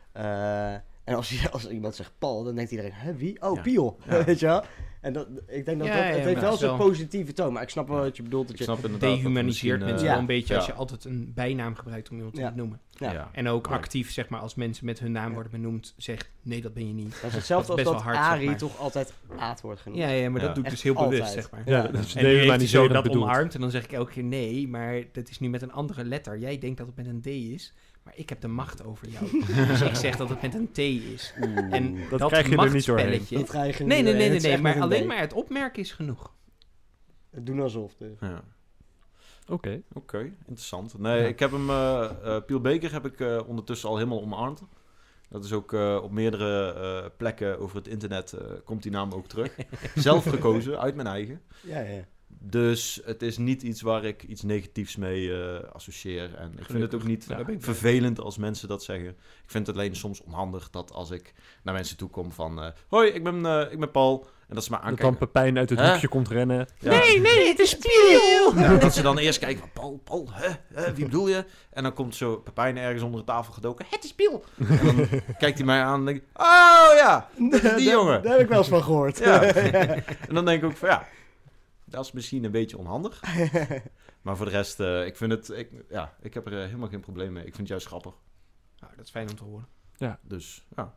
Speaker 2: En als iemand zegt Paul, dan denkt iedereen, hè, wie? Oh,
Speaker 1: Ja.
Speaker 2: Piel.
Speaker 1: Ja.
Speaker 2: Weet je wel? En ik denk dat
Speaker 1: Ja,
Speaker 2: het
Speaker 1: ja,
Speaker 2: heeft
Speaker 1: maar
Speaker 2: wel
Speaker 1: dat is
Speaker 2: zo'n
Speaker 1: wel-
Speaker 2: positieve toon. Maar ik snap wel wat je bedoelt. Dat
Speaker 4: Ik
Speaker 2: je,
Speaker 4: snap inderdaad dat er
Speaker 1: Dehumaniseert
Speaker 4: misschien,
Speaker 1: mensen
Speaker 2: ja.
Speaker 1: wel een beetje als
Speaker 4: ja.
Speaker 1: je altijd een bijnaam gebruikt om iemand te
Speaker 2: Ja.
Speaker 1: benoemen.
Speaker 2: ja.
Speaker 1: En ook
Speaker 4: Ja.
Speaker 1: actief, zeg maar, als mensen met hun naam
Speaker 2: Ja.
Speaker 1: worden benoemd, zegt nee, dat ben je niet.
Speaker 2: Dat is hetzelfde
Speaker 1: Dat is
Speaker 2: als
Speaker 1: best
Speaker 2: dat
Speaker 1: wel hard, zeg
Speaker 2: Arie
Speaker 1: maar.
Speaker 2: toch altijd Aad wordt genoemd.
Speaker 1: Ja, maar dat
Speaker 4: Ja.
Speaker 1: doe ik
Speaker 2: Echt
Speaker 1: dus heel bewust,
Speaker 2: altijd.
Speaker 1: zeg maar.
Speaker 3: Ja,
Speaker 2: Ja.
Speaker 3: dat is
Speaker 1: En nu heeft hij zo
Speaker 3: dehumaniserend
Speaker 1: dat
Speaker 3: bedoeld.
Speaker 1: omarmd en dan zeg ik elke keer nee, maar dat is nu met een andere letter. Jij denkt dat het met een D is, Maar ik heb de macht over jou. Dus ik zeg dat het met een T is. En
Speaker 3: Dat krijg je er niet doorheen.
Speaker 1: machtspelletje...
Speaker 2: Dat krijg je
Speaker 1: Nee,
Speaker 2: niet, het is echt
Speaker 1: maar
Speaker 2: met een
Speaker 1: alleen
Speaker 2: D.
Speaker 1: maar het opmerken is genoeg.
Speaker 2: Doen alsof, dus.
Speaker 4: Ja.
Speaker 3: Oké.
Speaker 4: Oké, interessant. Nee,
Speaker 3: Ja.
Speaker 4: ik heb hem... Piel Beker heb ik ondertussen al helemaal omarmd. Dat is ook op meerdere plekken over het internet komt die naam ook terug. Zelf gekozen, uit mijn eigen.
Speaker 2: Ja.
Speaker 4: Dus het is niet iets waar ik iets negatiefs mee associeer. En ik vind het ook niet
Speaker 1: Ja, daar ben ik
Speaker 4: vervelend als mensen dat zeggen. Ik vind het alleen soms onhandig dat als ik naar mensen toe kom van... hoi, ik ben Paul. En dat ze me
Speaker 3: Dat
Speaker 4: aankijken.
Speaker 3: dan Pepijn uit het
Speaker 4: Hè?
Speaker 3: hoekje komt rennen.
Speaker 4: Ja.
Speaker 1: Nee, het is Piel!
Speaker 4: Ja, dat ze dan eerst kijken van Paul, wie bedoel je? En dan komt zo Pepijn ergens onder de tafel gedoken. Het is Piel! En dan kijkt hij mij aan en denkt oh ja, dat is die jongen.
Speaker 2: Daar heb ik wel eens van gehoord.
Speaker 4: Ja. En dan denk ik ook van ja, dat is misschien een beetje onhandig. Maar voor de rest, ik vind het, ik heb er helemaal geen probleem mee. Ik vind het juist grappig.
Speaker 1: Nou, dat is fijn om te horen.
Speaker 4: Dus ja.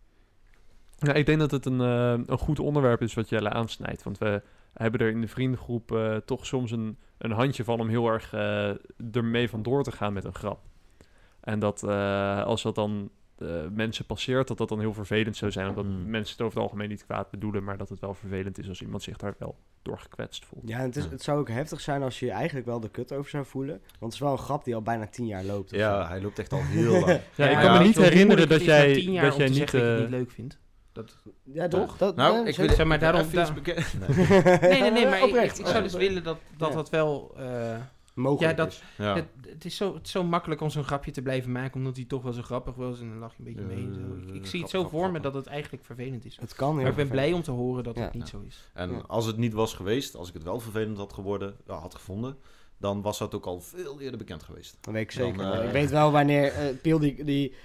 Speaker 3: Ja, ik denk dat het een goed onderwerp is wat Jelle aansnijdt. Want we hebben er in de vriendengroep toch soms een handje van om heel erg ermee vandoor te gaan met een grap. En dat als dat dan mensen passeert, dat dan heel vervelend zou zijn. Omdat mensen het over het algemeen niet kwaad bedoelen, maar dat het wel vervelend is als iemand zich daar wel door gekwetst voelt.
Speaker 2: Ja, en het zou ook heftig zijn als je eigenlijk wel de kut over zou voelen. Want het is wel een grap die al bijna 10 jaar loopt. of
Speaker 4: Ja,
Speaker 2: zo.
Speaker 4: hij loopt echt al heel lang.
Speaker 3: Ja, ik
Speaker 1: Ja,
Speaker 3: kan me
Speaker 1: weet
Speaker 3: niet
Speaker 1: je hoe
Speaker 3: herinneren
Speaker 1: moeilijk
Speaker 3: dat
Speaker 1: het is na
Speaker 3: jij,
Speaker 1: 10 jaar
Speaker 3: dat
Speaker 1: om
Speaker 3: jij
Speaker 1: te
Speaker 3: niet...
Speaker 1: zeggen dat je het niet leuk vindt.
Speaker 2: Ja, toch?
Speaker 4: Nou, ik
Speaker 2: zeker.
Speaker 4: weet
Speaker 1: Zeg maar, daarom-
Speaker 4: even iets
Speaker 1: daarom-
Speaker 4: bekend.
Speaker 1: Nee, maar
Speaker 2: Oprecht.
Speaker 1: ik zou dus willen dat
Speaker 2: Ja.
Speaker 1: dat wel...
Speaker 2: Mogelijk
Speaker 1: ja, dat-
Speaker 2: is.
Speaker 4: Ja.
Speaker 1: Het is zo makkelijk om zo'n grapje te blijven maken, omdat hij toch wel zo grappig was en dan lach je een beetje mee. En zo. Ik zie het zo
Speaker 4: grappig,
Speaker 1: voor me
Speaker 4: grappig.
Speaker 1: dat het eigenlijk vervelend is.
Speaker 2: Het kan heel
Speaker 1: Maar ik ben
Speaker 2: vervelend.
Speaker 1: blij om te horen dat
Speaker 2: Ja.
Speaker 1: het niet zo is.
Speaker 4: En
Speaker 2: Ja.
Speaker 4: als het niet was geweest, als ik het wel vervelend had gevonden, dan was dat ook al veel eerder bekend geweest.
Speaker 2: Dat weet ik
Speaker 4: Dan,
Speaker 2: zeker. Maar ik weet wel wanneer... Piel die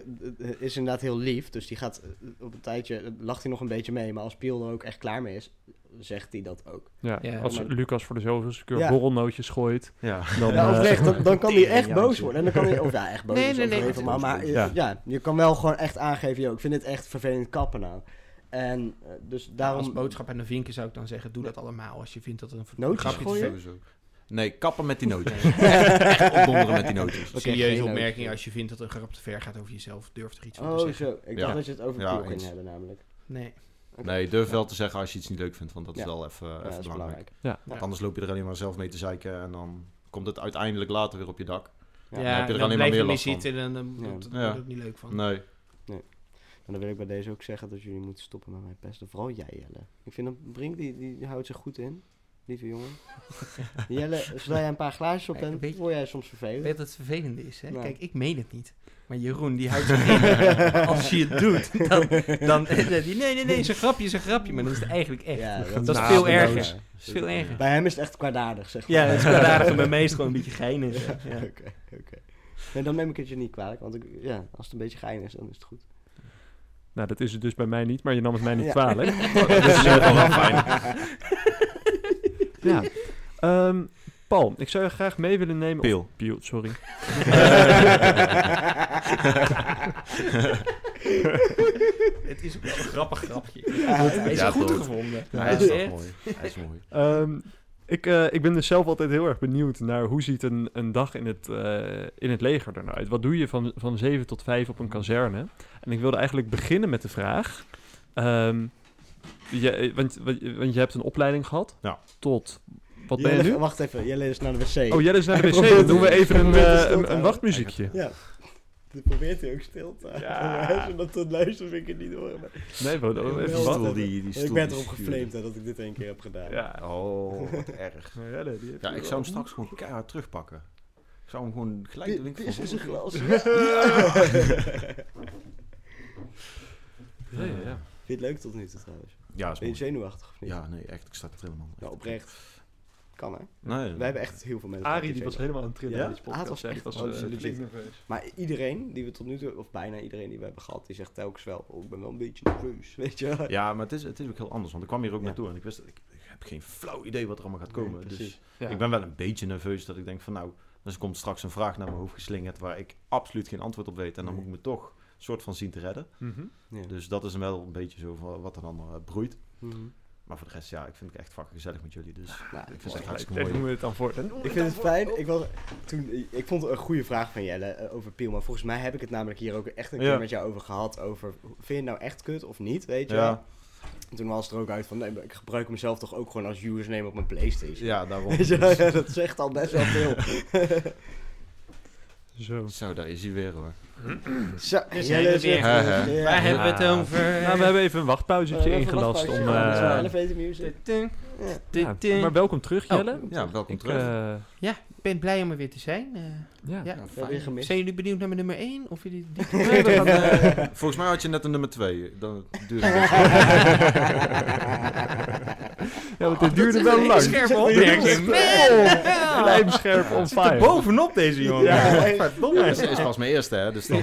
Speaker 2: is inderdaad heel lief. Dus die gaat op een tijdje... lacht hij nog een beetje mee. Maar als Piel er ook echt klaar mee is... zegt hij dat ook.
Speaker 3: Ja,
Speaker 1: Ja,
Speaker 3: als
Speaker 2: maar-
Speaker 3: Lucas voor de zoveelste keer
Speaker 2: Ja.
Speaker 3: borrelnootjes gooit,
Speaker 4: Ja.
Speaker 3: dan...
Speaker 2: Ja, oprecht. Dan kan hij echt
Speaker 4: Teringhandje.
Speaker 2: boos worden. En dan kan hij... Of ja, echt boos
Speaker 1: Nee,
Speaker 2: is
Speaker 1: nee, nee,
Speaker 2: overdreven,
Speaker 1: het-
Speaker 2: maar
Speaker 3: Ja.
Speaker 2: ja, je kan wel gewoon echt aangeven... Yo, ik vind het echt vervelend kappen nou. En dus daarom...
Speaker 1: Als boodschap aan de vinken zou ik dan zeggen, doe dat allemaal als je vindt dat een
Speaker 2: Nootjes
Speaker 1: grapje te
Speaker 2: gooien?
Speaker 1: veel is.
Speaker 4: Sowieso. Nee, kappen met die nootjes. Echt opdonderen met die nootjes.
Speaker 2: Oké,
Speaker 1: Serieuze
Speaker 2: geen
Speaker 1: opmerking,
Speaker 2: nootjes.
Speaker 1: als je vindt dat een grap te ver gaat over jezelf, durf er iets van te
Speaker 2: Oh,
Speaker 1: zeggen.
Speaker 2: zo. Ik
Speaker 4: Ja.
Speaker 2: dacht dat je het over
Speaker 4: Ja,
Speaker 2: Piel ging
Speaker 4: eens.
Speaker 2: hebben namelijk.
Speaker 1: Nee.
Speaker 2: Oké.
Speaker 4: Nee, durf wel te zeggen als je iets niet leuk vindt, want dat is
Speaker 2: Ja.
Speaker 4: wel even,
Speaker 2: Ja,
Speaker 4: even
Speaker 2: dat is
Speaker 4: belangrijk.
Speaker 2: belangrijk.
Speaker 4: Want anders loop je er alleen maar zelf mee te zeiken en dan komt het uiteindelijk later weer op je dak.
Speaker 2: Ja.
Speaker 1: Ja,
Speaker 4: dan heb je er
Speaker 1: dan
Speaker 4: alleen maar
Speaker 1: blijf je
Speaker 4: meer
Speaker 1: mee
Speaker 4: last van.
Speaker 1: zitten en dan
Speaker 2: Ja.
Speaker 1: wordt
Speaker 4: Ja.
Speaker 1: het ook niet leuk van.
Speaker 4: Nee.
Speaker 2: En dan wil ik bij deze ook zeggen dat jullie moeten stoppen met mij pesten. Vooral jij, Jelle. Ik vind dat Brink, die houdt zich goed in. Lieve jongen. Jelle, zodra jij een paar glaasjes op
Speaker 1: Kijk,
Speaker 2: bent,
Speaker 1: weet je-
Speaker 2: word jij soms vervelend.
Speaker 1: Weet je wat het vervelende is? Hè?
Speaker 2: Nou.
Speaker 1: Kijk, ik meen het niet. Maar Jeroen, die houdt zich in. Als je het doet, dan zegt hij, nee, is een grapje. Maar dan is het eigenlijk echt.
Speaker 2: Ja,
Speaker 1: dat is
Speaker 2: nou,
Speaker 1: veel
Speaker 2: dat
Speaker 1: erger.
Speaker 2: is-
Speaker 1: Dat is veel erger.
Speaker 2: Bij hem is het echt kwaadaardig, zeg maar.
Speaker 1: Ja, het is kwaadaardig en bij mij is het gewoon een beetje geinig. Ja.
Speaker 2: Oké. Nee, dan neem ik het je niet kwalijk. Want als het een beetje gein is, dan is het goed.
Speaker 3: Nou, dat is het dus bij mij niet, maar je nam het mij niet
Speaker 2: Ja.
Speaker 3: kwalijk.
Speaker 4: Dat is wel fijn.
Speaker 3: Ja. Paul, ik zou je graag mee willen nemen...
Speaker 4: Piel.
Speaker 3: Piel, sorry.
Speaker 1: Het is ook wel een grappig grapje.
Speaker 2: Ja,
Speaker 1: Hij is
Speaker 4: Ja,
Speaker 1: goed
Speaker 4: toch.
Speaker 1: gevonden.
Speaker 4: Ja,
Speaker 1: Hij
Speaker 4: hij
Speaker 1: is
Speaker 4: is toch
Speaker 1: echt.
Speaker 4: mooi. Hij is mooi.
Speaker 3: Ik ben dus zelf altijd heel erg benieuwd naar hoe ziet een dag in het leger er nou uit? Wat doe je van 7 tot 5 op een kazerne? En ik wilde eigenlijk beginnen met de vraag... want je hebt een opleiding gehad.
Speaker 4: Ja.
Speaker 3: Tot... Wat ben je
Speaker 2: Jelle,
Speaker 3: nu?
Speaker 2: wacht even, Jelle is naar de wc.
Speaker 3: Oh, Jelle is naar de
Speaker 2: Hij
Speaker 3: wc.
Speaker 2: probeert
Speaker 3: Dan doen we
Speaker 2: het-
Speaker 3: even
Speaker 2: hij probeert het stil te
Speaker 3: een
Speaker 2: houden.
Speaker 3: wachtmuziekje.
Speaker 2: Ja. Dat probeert hij ook stil te houden.
Speaker 3: Ja.
Speaker 2: Maar als je dat tot luistert, vind ik het niet horen. Maar...
Speaker 3: Nee, we even
Speaker 2: Wel
Speaker 3: wachten.
Speaker 2: stoel.
Speaker 4: die
Speaker 2: ik
Speaker 4: stoel
Speaker 2: ben
Speaker 4: die
Speaker 2: erop
Speaker 4: stuurt.
Speaker 2: geflamed hè, dat ik dit 1 keer heb gedaan.
Speaker 3: Ja.
Speaker 4: Oh, wat erg.
Speaker 3: Maar Jelle, die heeft
Speaker 4: Ja,
Speaker 3: er
Speaker 4: ik
Speaker 3: wel-
Speaker 4: zou hem straks gewoon keihard terugpakken. Ik zou hem gewoon gelijk de winkel
Speaker 2: Pis in zijn glas.
Speaker 3: Ja, ja, ja.
Speaker 2: Vind je het leuk tot nu toe trouwens?
Speaker 4: Ja, is
Speaker 2: Ben je
Speaker 4: mooi.
Speaker 2: zenuwachtig of niet?
Speaker 4: Ja, nee, echt. Ik sta er helemaal.
Speaker 2: Nou, oprecht. Kan hè?
Speaker 4: Nee.
Speaker 2: Wij hebben echt heel veel mensen.
Speaker 3: Arie die was helemaal aan het trillen
Speaker 2: Ja?
Speaker 3: in deze podcast.
Speaker 2: Ah, het was
Speaker 3: Ja, die
Speaker 2: echt-
Speaker 3: was
Speaker 2: oh, dat is
Speaker 3: flink
Speaker 2: legit.
Speaker 3: nerveus.
Speaker 2: Maar iedereen die we tot nu toe, of bijna iedereen die we hebben gehad, die zegt telkens wel, oh, ik ben wel een beetje nerveus, weet je wel.
Speaker 4: Ja, maar het is ook heel anders. Want ik kwam hier ook
Speaker 2: Ja.
Speaker 4: naartoe en ik wist, ik heb geen flauw idee wat er allemaal gaat komen.
Speaker 2: Nee,
Speaker 4: Dus
Speaker 2: precies.
Speaker 3: Ja.
Speaker 4: ik ben wel een beetje nerveus dat ik denk van nou, dus er komt straks een vraag naar mijn hoofd geslingerd waar ik absoluut geen antwoord op weet. En dan
Speaker 2: Nee.
Speaker 4: moet ik me toch een soort van zien te redden.
Speaker 3: Mhm.
Speaker 2: Ja.
Speaker 4: Dus dat is wel een beetje zo van wat er dan broeit.
Speaker 2: Mhm.
Speaker 4: Maar voor de rest, ja, ik vind het echt fucking gezellig met jullie. Dus
Speaker 2: Nou,
Speaker 4: ik vind het
Speaker 2: mooi.
Speaker 4: echt hartstikke
Speaker 3: Daar
Speaker 4: mooi.
Speaker 3: doen we het dan voor.
Speaker 2: Ik vind het fijn. Ik vond het een goede vraag van Jelle over Piel. Maar volgens mij heb ik het namelijk hier ook echt een keer met jou over gehad. Over, vind je het nou echt kut of niet, weet je wel?
Speaker 4: Ja,
Speaker 2: En toen was het er ook uit van, nee, maar ik gebruik mezelf toch ook gewoon als username op mijn PlayStation.
Speaker 4: ja, daarom.
Speaker 2: Weet je wel? Ja, dat zegt al best wel veel.
Speaker 3: Zo.
Speaker 4: Zo, daar is hij weer hoor.
Speaker 2: Zo,
Speaker 1: zijn
Speaker 2: Jelle
Speaker 1: we
Speaker 2: is
Speaker 1: weer.
Speaker 2: echt-
Speaker 4: Hè.
Speaker 2: ja.
Speaker 1: Waar hebben we het
Speaker 3: Ja.
Speaker 1: over?
Speaker 3: Nou, we hebben even een wachtpauzetje
Speaker 2: Even
Speaker 3: ingelast
Speaker 2: wachtpauze.
Speaker 3: om...
Speaker 2: Ja, dat is wel
Speaker 3: eh,
Speaker 2: elevator music.
Speaker 3: ja, maar welkom terug,
Speaker 1: Oh.
Speaker 3: Jelle.
Speaker 4: Ja, welkom
Speaker 3: Ik,
Speaker 4: terug.
Speaker 1: Ik ben blij om er weer te zijn.
Speaker 3: ja.
Speaker 1: Ja.
Speaker 2: We hebben je gemist.
Speaker 1: Zijn jullie benieuwd naar mijn nummer 1? Of jullie die...
Speaker 3: Nee, we gaan,
Speaker 4: Volgens mij had je net een nummer 2. Dan duurde het.
Speaker 3: ja, want dit duurde wel lang.
Speaker 1: Scherpe opmerking.
Speaker 3: Lijmscherp on fire.
Speaker 1: Bovenop deze jongen.
Speaker 2: Ja,
Speaker 1: verdomme.
Speaker 4: Is pas mijn eerste, hè? Dus dan,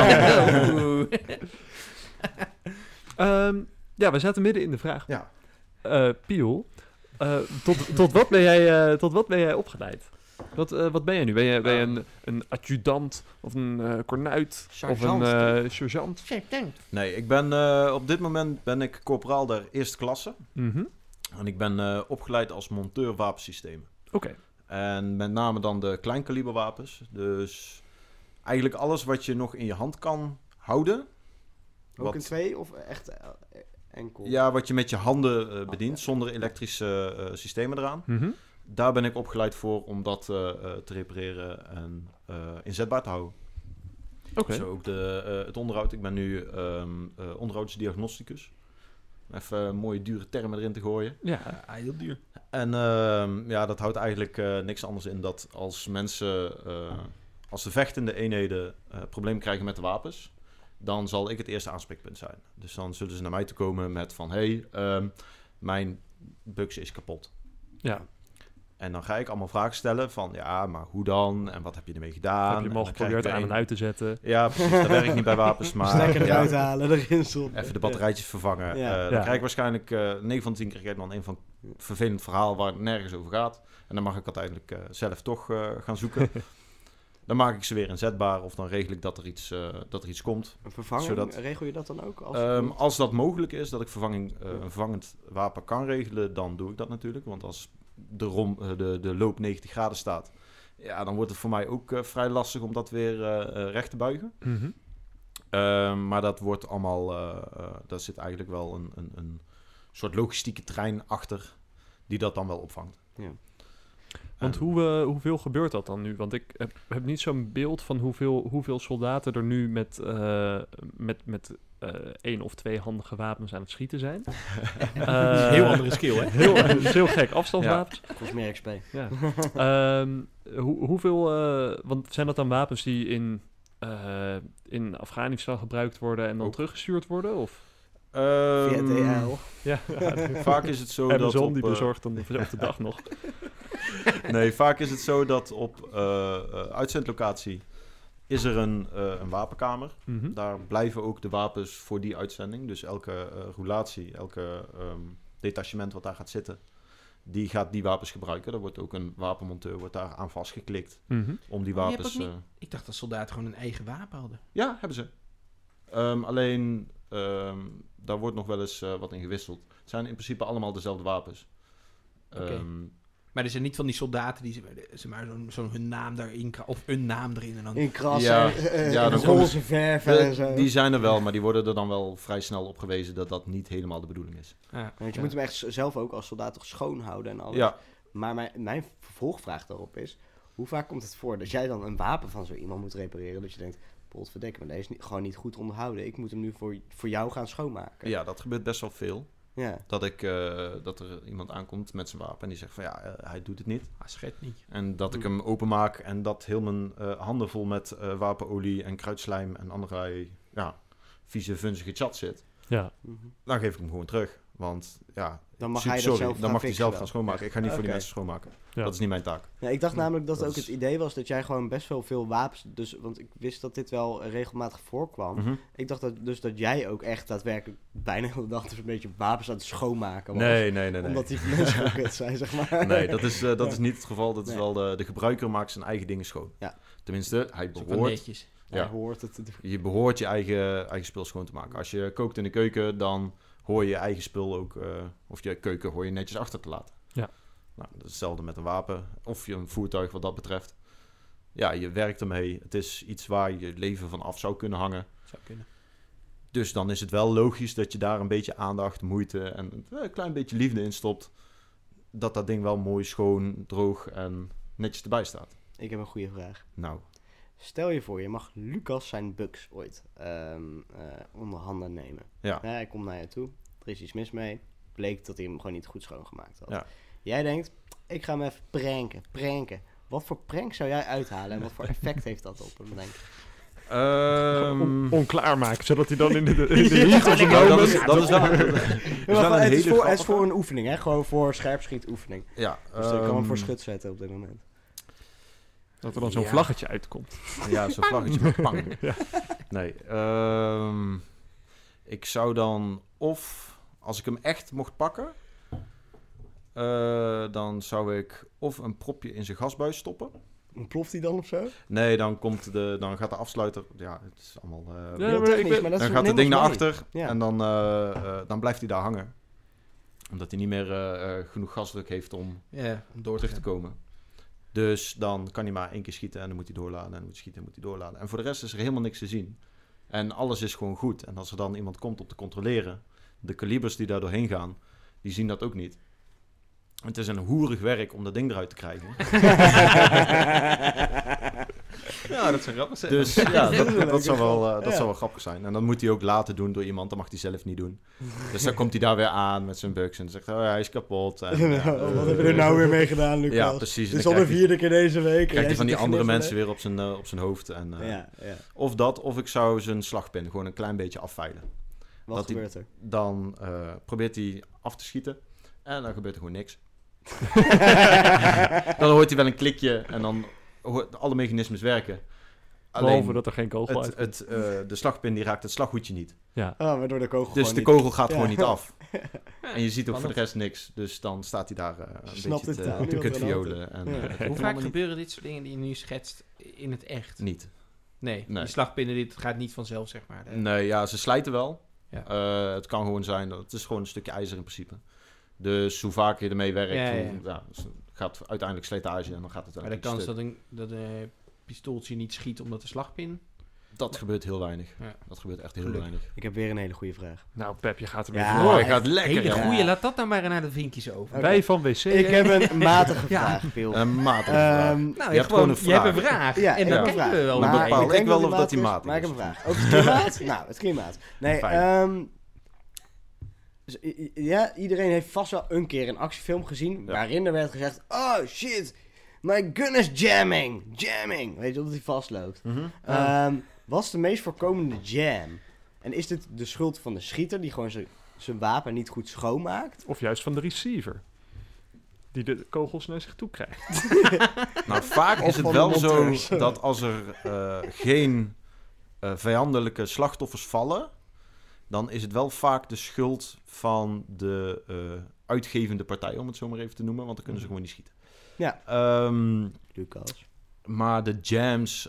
Speaker 3: Ja, we zaten midden in de vraag.
Speaker 4: Ja.
Speaker 3: Piel, tot wat ben jij opgeleid? Wat ben jij nu? Ben je een adjudant of een kornuit of een sergeant?
Speaker 4: nee, ik ben op dit moment ben ik corporaal der eerste klasse.
Speaker 3: Mhm.
Speaker 4: En ik ben opgeleid als monteur wapensystemen.
Speaker 3: Oké.
Speaker 4: En met name dan de kleinkaliberwapens. Dus eigenlijk alles wat je nog in je hand kan houden.
Speaker 2: Ook
Speaker 4: Wat-
Speaker 2: een 2 of echt enkel?
Speaker 4: Ja, wat je met je handen bedient, zonder elektrische systemen eraan.
Speaker 3: Mhm.
Speaker 4: Daar ben ik opgeleid voor om dat te repareren en inzetbaar te houden.
Speaker 3: Oké.
Speaker 4: Zo ook het onderhoud. Ik ben nu onderhoudsdiagnosticus. Even mooie dure termen erin te gooien.
Speaker 3: Ja.
Speaker 1: Heel duur.
Speaker 4: En ja, dat houdt eigenlijk niks anders in dat als mensen, als de vechtende eenheden problemen krijgen met de wapens, dan zal ik het eerste aanspreekpunt zijn. Dus dan zullen ze naar mij toe komen met van, mijn buks is kapot.
Speaker 3: Ja.
Speaker 4: En dan ga ik allemaal vragen stellen van, ja, maar hoe dan? En wat heb je ermee gedaan?
Speaker 3: Heb je hem al
Speaker 4: En dan krijg ik
Speaker 3: geprobeerd aan
Speaker 4: weer
Speaker 3: en uit te zetten?
Speaker 4: Ja, precies. Dat werkt niet bij wapens, maar
Speaker 2: Stekker
Speaker 4: ja,
Speaker 2: eruit halen, erin stoppen.
Speaker 4: even de batterijtjes vervangen.
Speaker 2: Ja.
Speaker 4: Dan
Speaker 3: Ja.
Speaker 4: krijg ik waarschijnlijk 9 van de 10 krijg ik dan een van vervelend verhaal waar het nergens over gaat. En dan mag ik uiteindelijk zelf toch gaan zoeken. Dan maak ik ze weer inzetbaar of dan regel ik dat er iets komt.
Speaker 2: Een vervanging,
Speaker 4: Zodat-
Speaker 2: regel je dat dan ook?
Speaker 4: Als dat mogelijk is, dat ik een vervangend wapen kan regelen, dan doe ik dat natuurlijk. Want als de loop 90 graden staat, ja, dan wordt het voor mij ook vrij lastig om dat weer recht te buigen.
Speaker 3: Mhm.
Speaker 4: Maar dat wordt allemaal, daar zit eigenlijk wel een soort logistieke trein achter die dat dan wel opvangt.
Speaker 2: Ja.
Speaker 3: Want
Speaker 4: En-
Speaker 3: hoeveel gebeurt dat dan nu? Want ik heb niet zo'n beeld van hoeveel soldaten er nu met 1 of 2 handige wapens aan het schieten zijn.
Speaker 1: Heel andere skill, hè?
Speaker 3: Heel gek. Afstandswapens.
Speaker 2: Volgens meer XP.
Speaker 3: Ja. Hoeveel... want zijn dat dan wapens die in Afghanistan gebruikt worden en dan
Speaker 4: Ook.
Speaker 3: teruggestuurd worden? Of?
Speaker 2: Via DL.
Speaker 3: Ja,
Speaker 4: Vaak is het zo dat
Speaker 3: Amazon die
Speaker 4: op,
Speaker 3: bezorgt dan op de dag nog.
Speaker 4: nee, vaak is het zo dat op uitzendlocatie is er een wapenkamer.
Speaker 3: Mhm.
Speaker 4: Daar blijven ook de wapens voor die uitzending. Dus elke roulatie, elke detachement wat daar gaat zitten, die gaat die wapens gebruiken. Er wordt ook een wapenmonteur daar aan vastgeklikt
Speaker 3: Mhm.
Speaker 4: om die
Speaker 1: Maar je hebt
Speaker 4: wapens...
Speaker 1: ook Ik dacht dat soldaten gewoon een eigen wapen hadden.
Speaker 4: Ja, hebben ze. Alleen, daar wordt nog wel eens wat in gewisseld. Het zijn in principe allemaal dezelfde wapens.
Speaker 1: Oké. Maar er zijn niet van die soldaten die maar zo'n hun naam daarin of een naam erin en dan...
Speaker 2: In krassen,
Speaker 4: Ja, dan
Speaker 2: roze verven en zo.
Speaker 4: Die zijn er wel, maar die worden er dan wel vrij snel op gewezen dat dat niet helemaal de bedoeling is.
Speaker 2: Want je moet hem echt zelf ook als soldaat toch schoonhouden en alles.
Speaker 4: Ja,
Speaker 2: Maar mijn vervolgvraag daarop is, hoe vaak komt het voor dat jij dan een wapen van zo iemand moet repareren, dat je denkt, potverdikke, maar deze is gewoon niet goed onderhouden. Ik moet hem nu voor jou gaan schoonmaken.
Speaker 4: ja, dat gebeurt best wel veel.
Speaker 2: Ja.
Speaker 4: Dat er iemand aankomt met zijn wapen en die zegt van ja, hij doet het niet.
Speaker 1: Schet niet.
Speaker 4: En dat ik hem openmaak en dat heel mijn handen vol met wapenolie en kruidslijm en allerlei vieze, vunzige chat zit.
Speaker 3: Ja.
Speaker 2: Mhm.
Speaker 4: Dan geef ik hem gewoon terug. Want ja,
Speaker 2: Dan mag
Speaker 4: sorry,
Speaker 2: hij dat zelf
Speaker 4: dan
Speaker 2: gaan
Speaker 4: mag hij
Speaker 2: fixen
Speaker 4: zelf
Speaker 2: dan.
Speaker 4: gaan schoonmaken. Ik ga niet voor die
Speaker 2: Oké.
Speaker 4: mensen schoonmaken.
Speaker 3: Ja.
Speaker 4: Dat is niet mijn taak.
Speaker 2: Ja, ik dacht namelijk dat
Speaker 4: Dat
Speaker 2: ook
Speaker 4: is-
Speaker 2: het idee was dat jij gewoon best wel veel wapens... Want ik wist dat dit wel regelmatig voorkwam.
Speaker 4: Mhm.
Speaker 2: Ik dacht dat jij ook echt daadwerkelijk bijna de dag dus een beetje wapens aan het schoonmaken was.
Speaker 4: Nee.
Speaker 2: Omdat die mensen ook kut zijn, zeg maar.
Speaker 4: Nee, dat is niet het geval. Dat is
Speaker 2: Nee.
Speaker 4: wel de gebruiker maakt zijn eigen dingen schoon.
Speaker 2: Ja.
Speaker 4: Tenminste, hij
Speaker 1: Dat is ook wel
Speaker 4: behoort...
Speaker 1: netjes.
Speaker 2: Hij
Speaker 4: Ja.
Speaker 2: hoort het te doen.
Speaker 4: Je behoort je eigen spul schoon te maken. Als je kookt in de keuken, dan hoor je eigen spul ook, of je keuken hoor je netjes achter te laten.
Speaker 3: Ja.
Speaker 4: Nou, dat is hetzelfde met een wapen of je een voertuig wat dat betreft. Ja, je werkt ermee. Het is iets waar je leven van af zou kunnen hangen.
Speaker 1: Zou kunnen.
Speaker 4: Dus dan is het wel logisch dat je daar een beetje aandacht, moeite en een klein beetje liefde in stopt. Dat ding wel mooi, schoon, droog en netjes erbij staat.
Speaker 2: Ik heb een goede vraag.
Speaker 4: Nou,
Speaker 2: Stel je voor, je mag Lucas zijn bugs ooit onder handen nemen.
Speaker 4: ja.
Speaker 2: Hij komt naar je toe, er is iets mis mee. Bleek dat hij hem gewoon niet goed schoongemaakt had.
Speaker 4: Ja.
Speaker 2: Jij denkt, ik ga hem even pranken. Wat voor prank zou jij uithalen en wat voor effect heeft dat op hem, denk ik?
Speaker 3: Onklaar maken, zodat hij dan in de
Speaker 4: Nou, dat is wel
Speaker 2: Het is voor een oefening, hè? Gewoon voor scherpschietoefening.
Speaker 4: Ja,
Speaker 2: Dus ik kan hem voor schut zetten op dit moment.
Speaker 3: Dat er dan zo'n
Speaker 4: Ja.
Speaker 3: vlaggetje uitkomt.
Speaker 4: Ja, zo'n vlaggetje met pang.
Speaker 3: Ja.
Speaker 4: Nee, ik zou dan als ik hem echt mocht pakken, dan zou ik of een propje in zijn gasbuis stoppen.
Speaker 2: Ontploft hij dan of zo?
Speaker 4: Nee, dan gaat de afsluiter, ja, het is allemaal...
Speaker 3: Ja, maar ik ben-
Speaker 2: dat
Speaker 4: dan
Speaker 2: is
Speaker 4: gaat het ding naar achter
Speaker 2: Ja.
Speaker 4: en dan blijft hij daar hangen. Omdat hij niet meer genoeg gasdruk heeft om
Speaker 1: Ja, om door te
Speaker 4: terug te
Speaker 1: gaan.
Speaker 4: komen. Dus dan kan hij maar 1 keer schieten en dan moet hij doorladen en dan moet hij schieten en moet hij doorladen. En voor de rest is er helemaal niks te zien. En alles is gewoon goed. En als er dan iemand komt om te controleren, de kalibers die daar doorheen gaan, die zien dat ook niet. Het is een hoerig werk om dat ding eruit te krijgen.
Speaker 1: Ja, dat zou grappig zijn.
Speaker 4: Dus ja, dat
Speaker 2: leuke
Speaker 4: zou wel,
Speaker 2: grap.
Speaker 4: zou wel grappig zijn. En dan moet hij ook laten doen door iemand, dat mag hij zelf niet doen. Dus dan komt hij daar weer aan met zijn bugs en dan zegt hij, hij is kapot. En, ja,
Speaker 2: Wat heb je er nou weer mee gedaan, Lucas?
Speaker 4: Ja, precies.
Speaker 2: Dit is
Speaker 4: Dan
Speaker 2: al de
Speaker 4: krijgt
Speaker 2: 4e keer deze week.
Speaker 4: krijgt hij van die andere mensen weer op zijn hoofd. En,
Speaker 2: Ja.
Speaker 4: Of dat, of ik zou zijn slagpin gewoon een klein beetje afveilen.
Speaker 2: Wat
Speaker 4: dat hij-
Speaker 2: gebeurt er?
Speaker 4: Dan probeert hij af te schieten en dan gebeurt er gewoon niks. Dan hoort hij wel een klikje en dan hoort alle mechanismes werken.
Speaker 3: Behalve dat er geen kogel uit.
Speaker 4: de slagpin die raakt het slaghoedje niet.
Speaker 3: Ja.
Speaker 2: Waardoor de kogel
Speaker 4: Dus
Speaker 2: gewoon
Speaker 4: de
Speaker 2: niet...
Speaker 4: kogel gaat
Speaker 2: Ja.
Speaker 4: gewoon niet af.
Speaker 1: Ja,
Speaker 4: En je ziet ook voor de
Speaker 1: spannend.
Speaker 4: rest niks. Dus dan staat hij daar een
Speaker 2: Snapt
Speaker 4: beetje
Speaker 2: het totaal
Speaker 4: te
Speaker 2: niet wat er aan de hand
Speaker 4: kutviolen. En,
Speaker 2: Ja.
Speaker 4: het
Speaker 1: Hoe
Speaker 4: lukt
Speaker 1: vaak
Speaker 4: allemaal
Speaker 1: gebeuren dit soort dingen die je nu schetst in het echt?
Speaker 4: niet.
Speaker 1: Nee,
Speaker 4: Nee.
Speaker 1: die slagpinnen, dit gaat niet vanzelf, zeg maar.
Speaker 4: Nee, ja, ze slijten wel.
Speaker 1: Ja.
Speaker 4: Het kan gewoon zijn, het is gewoon een stukje ijzer in principe. Dus hoe vaker je ermee werkt,
Speaker 1: Ja, ja.
Speaker 4: hoe gaat uiteindelijk slijtage en dan gaat het wel
Speaker 1: Maar de
Speaker 4: een beetje
Speaker 1: kans
Speaker 4: stuk.
Speaker 1: dat een pistooltje niet schiet omdat de slagpin...
Speaker 4: Dat gebeurt heel weinig.
Speaker 1: Ja.
Speaker 4: Dat gebeurt echt heel
Speaker 1: Gelukkig.
Speaker 4: weinig.
Speaker 2: Ik heb weer een hele goede vraag.
Speaker 3: Nou, Pep, je gaat er
Speaker 2: Ja,
Speaker 3: weer
Speaker 4: Oh,
Speaker 3: voor.
Speaker 4: je gaat lekker.
Speaker 1: Hele
Speaker 4: hè?
Speaker 1: goeie, laat dat nou maar naar de vinkjes over.
Speaker 2: Oké.
Speaker 3: Wij van WC.
Speaker 2: Ik heb een matige
Speaker 1: Ja.
Speaker 2: vraag, Pil.
Speaker 4: Een matige vraag.
Speaker 2: Ehm,
Speaker 1: Nou,
Speaker 4: Je hebt gewoon een
Speaker 1: je hebt een
Speaker 4: vraag.
Speaker 1: vraag.
Speaker 2: Ja,
Speaker 1: en
Speaker 2: ik
Speaker 1: dan
Speaker 2: heb een
Speaker 1: kijken we
Speaker 2: vraag.
Speaker 1: wel.
Speaker 4: Maar
Speaker 1: naar.
Speaker 4: bepaal
Speaker 2: ik denk
Speaker 4: ik wel
Speaker 2: die
Speaker 4: of dat die
Speaker 2: matig
Speaker 4: matig
Speaker 2: Maar ik
Speaker 4: is.
Speaker 2: heb een vraag. Ook het klimaat? Nou, het klimaat. Nee,
Speaker 4: Fijn.
Speaker 2: dus, ja, iedereen heeft vast wel een keer een actiefilm gezien waarin er werd gezegd, oh shit, my gun is jamming. Weet je, dat hij vastloopt. Wat is de meest voorkomende jam? En is dit de schuld van de schieter die gewoon zijn wapen niet goed schoonmaakt?
Speaker 3: Of juist van de receiver. Die de kogels naar zich toe krijgt.
Speaker 4: Nou, vaak
Speaker 2: Of
Speaker 4: is het
Speaker 2: van de
Speaker 4: wel zo
Speaker 2: monteurs.
Speaker 4: dat als er geen vijandelijke slachtoffers vallen, dan is het wel vaak de schuld van de uitgevende partij, om het zo maar even te noemen, want dan kunnen ze gewoon niet schieten.
Speaker 2: Ja.
Speaker 4: Lucas. Maar de jams,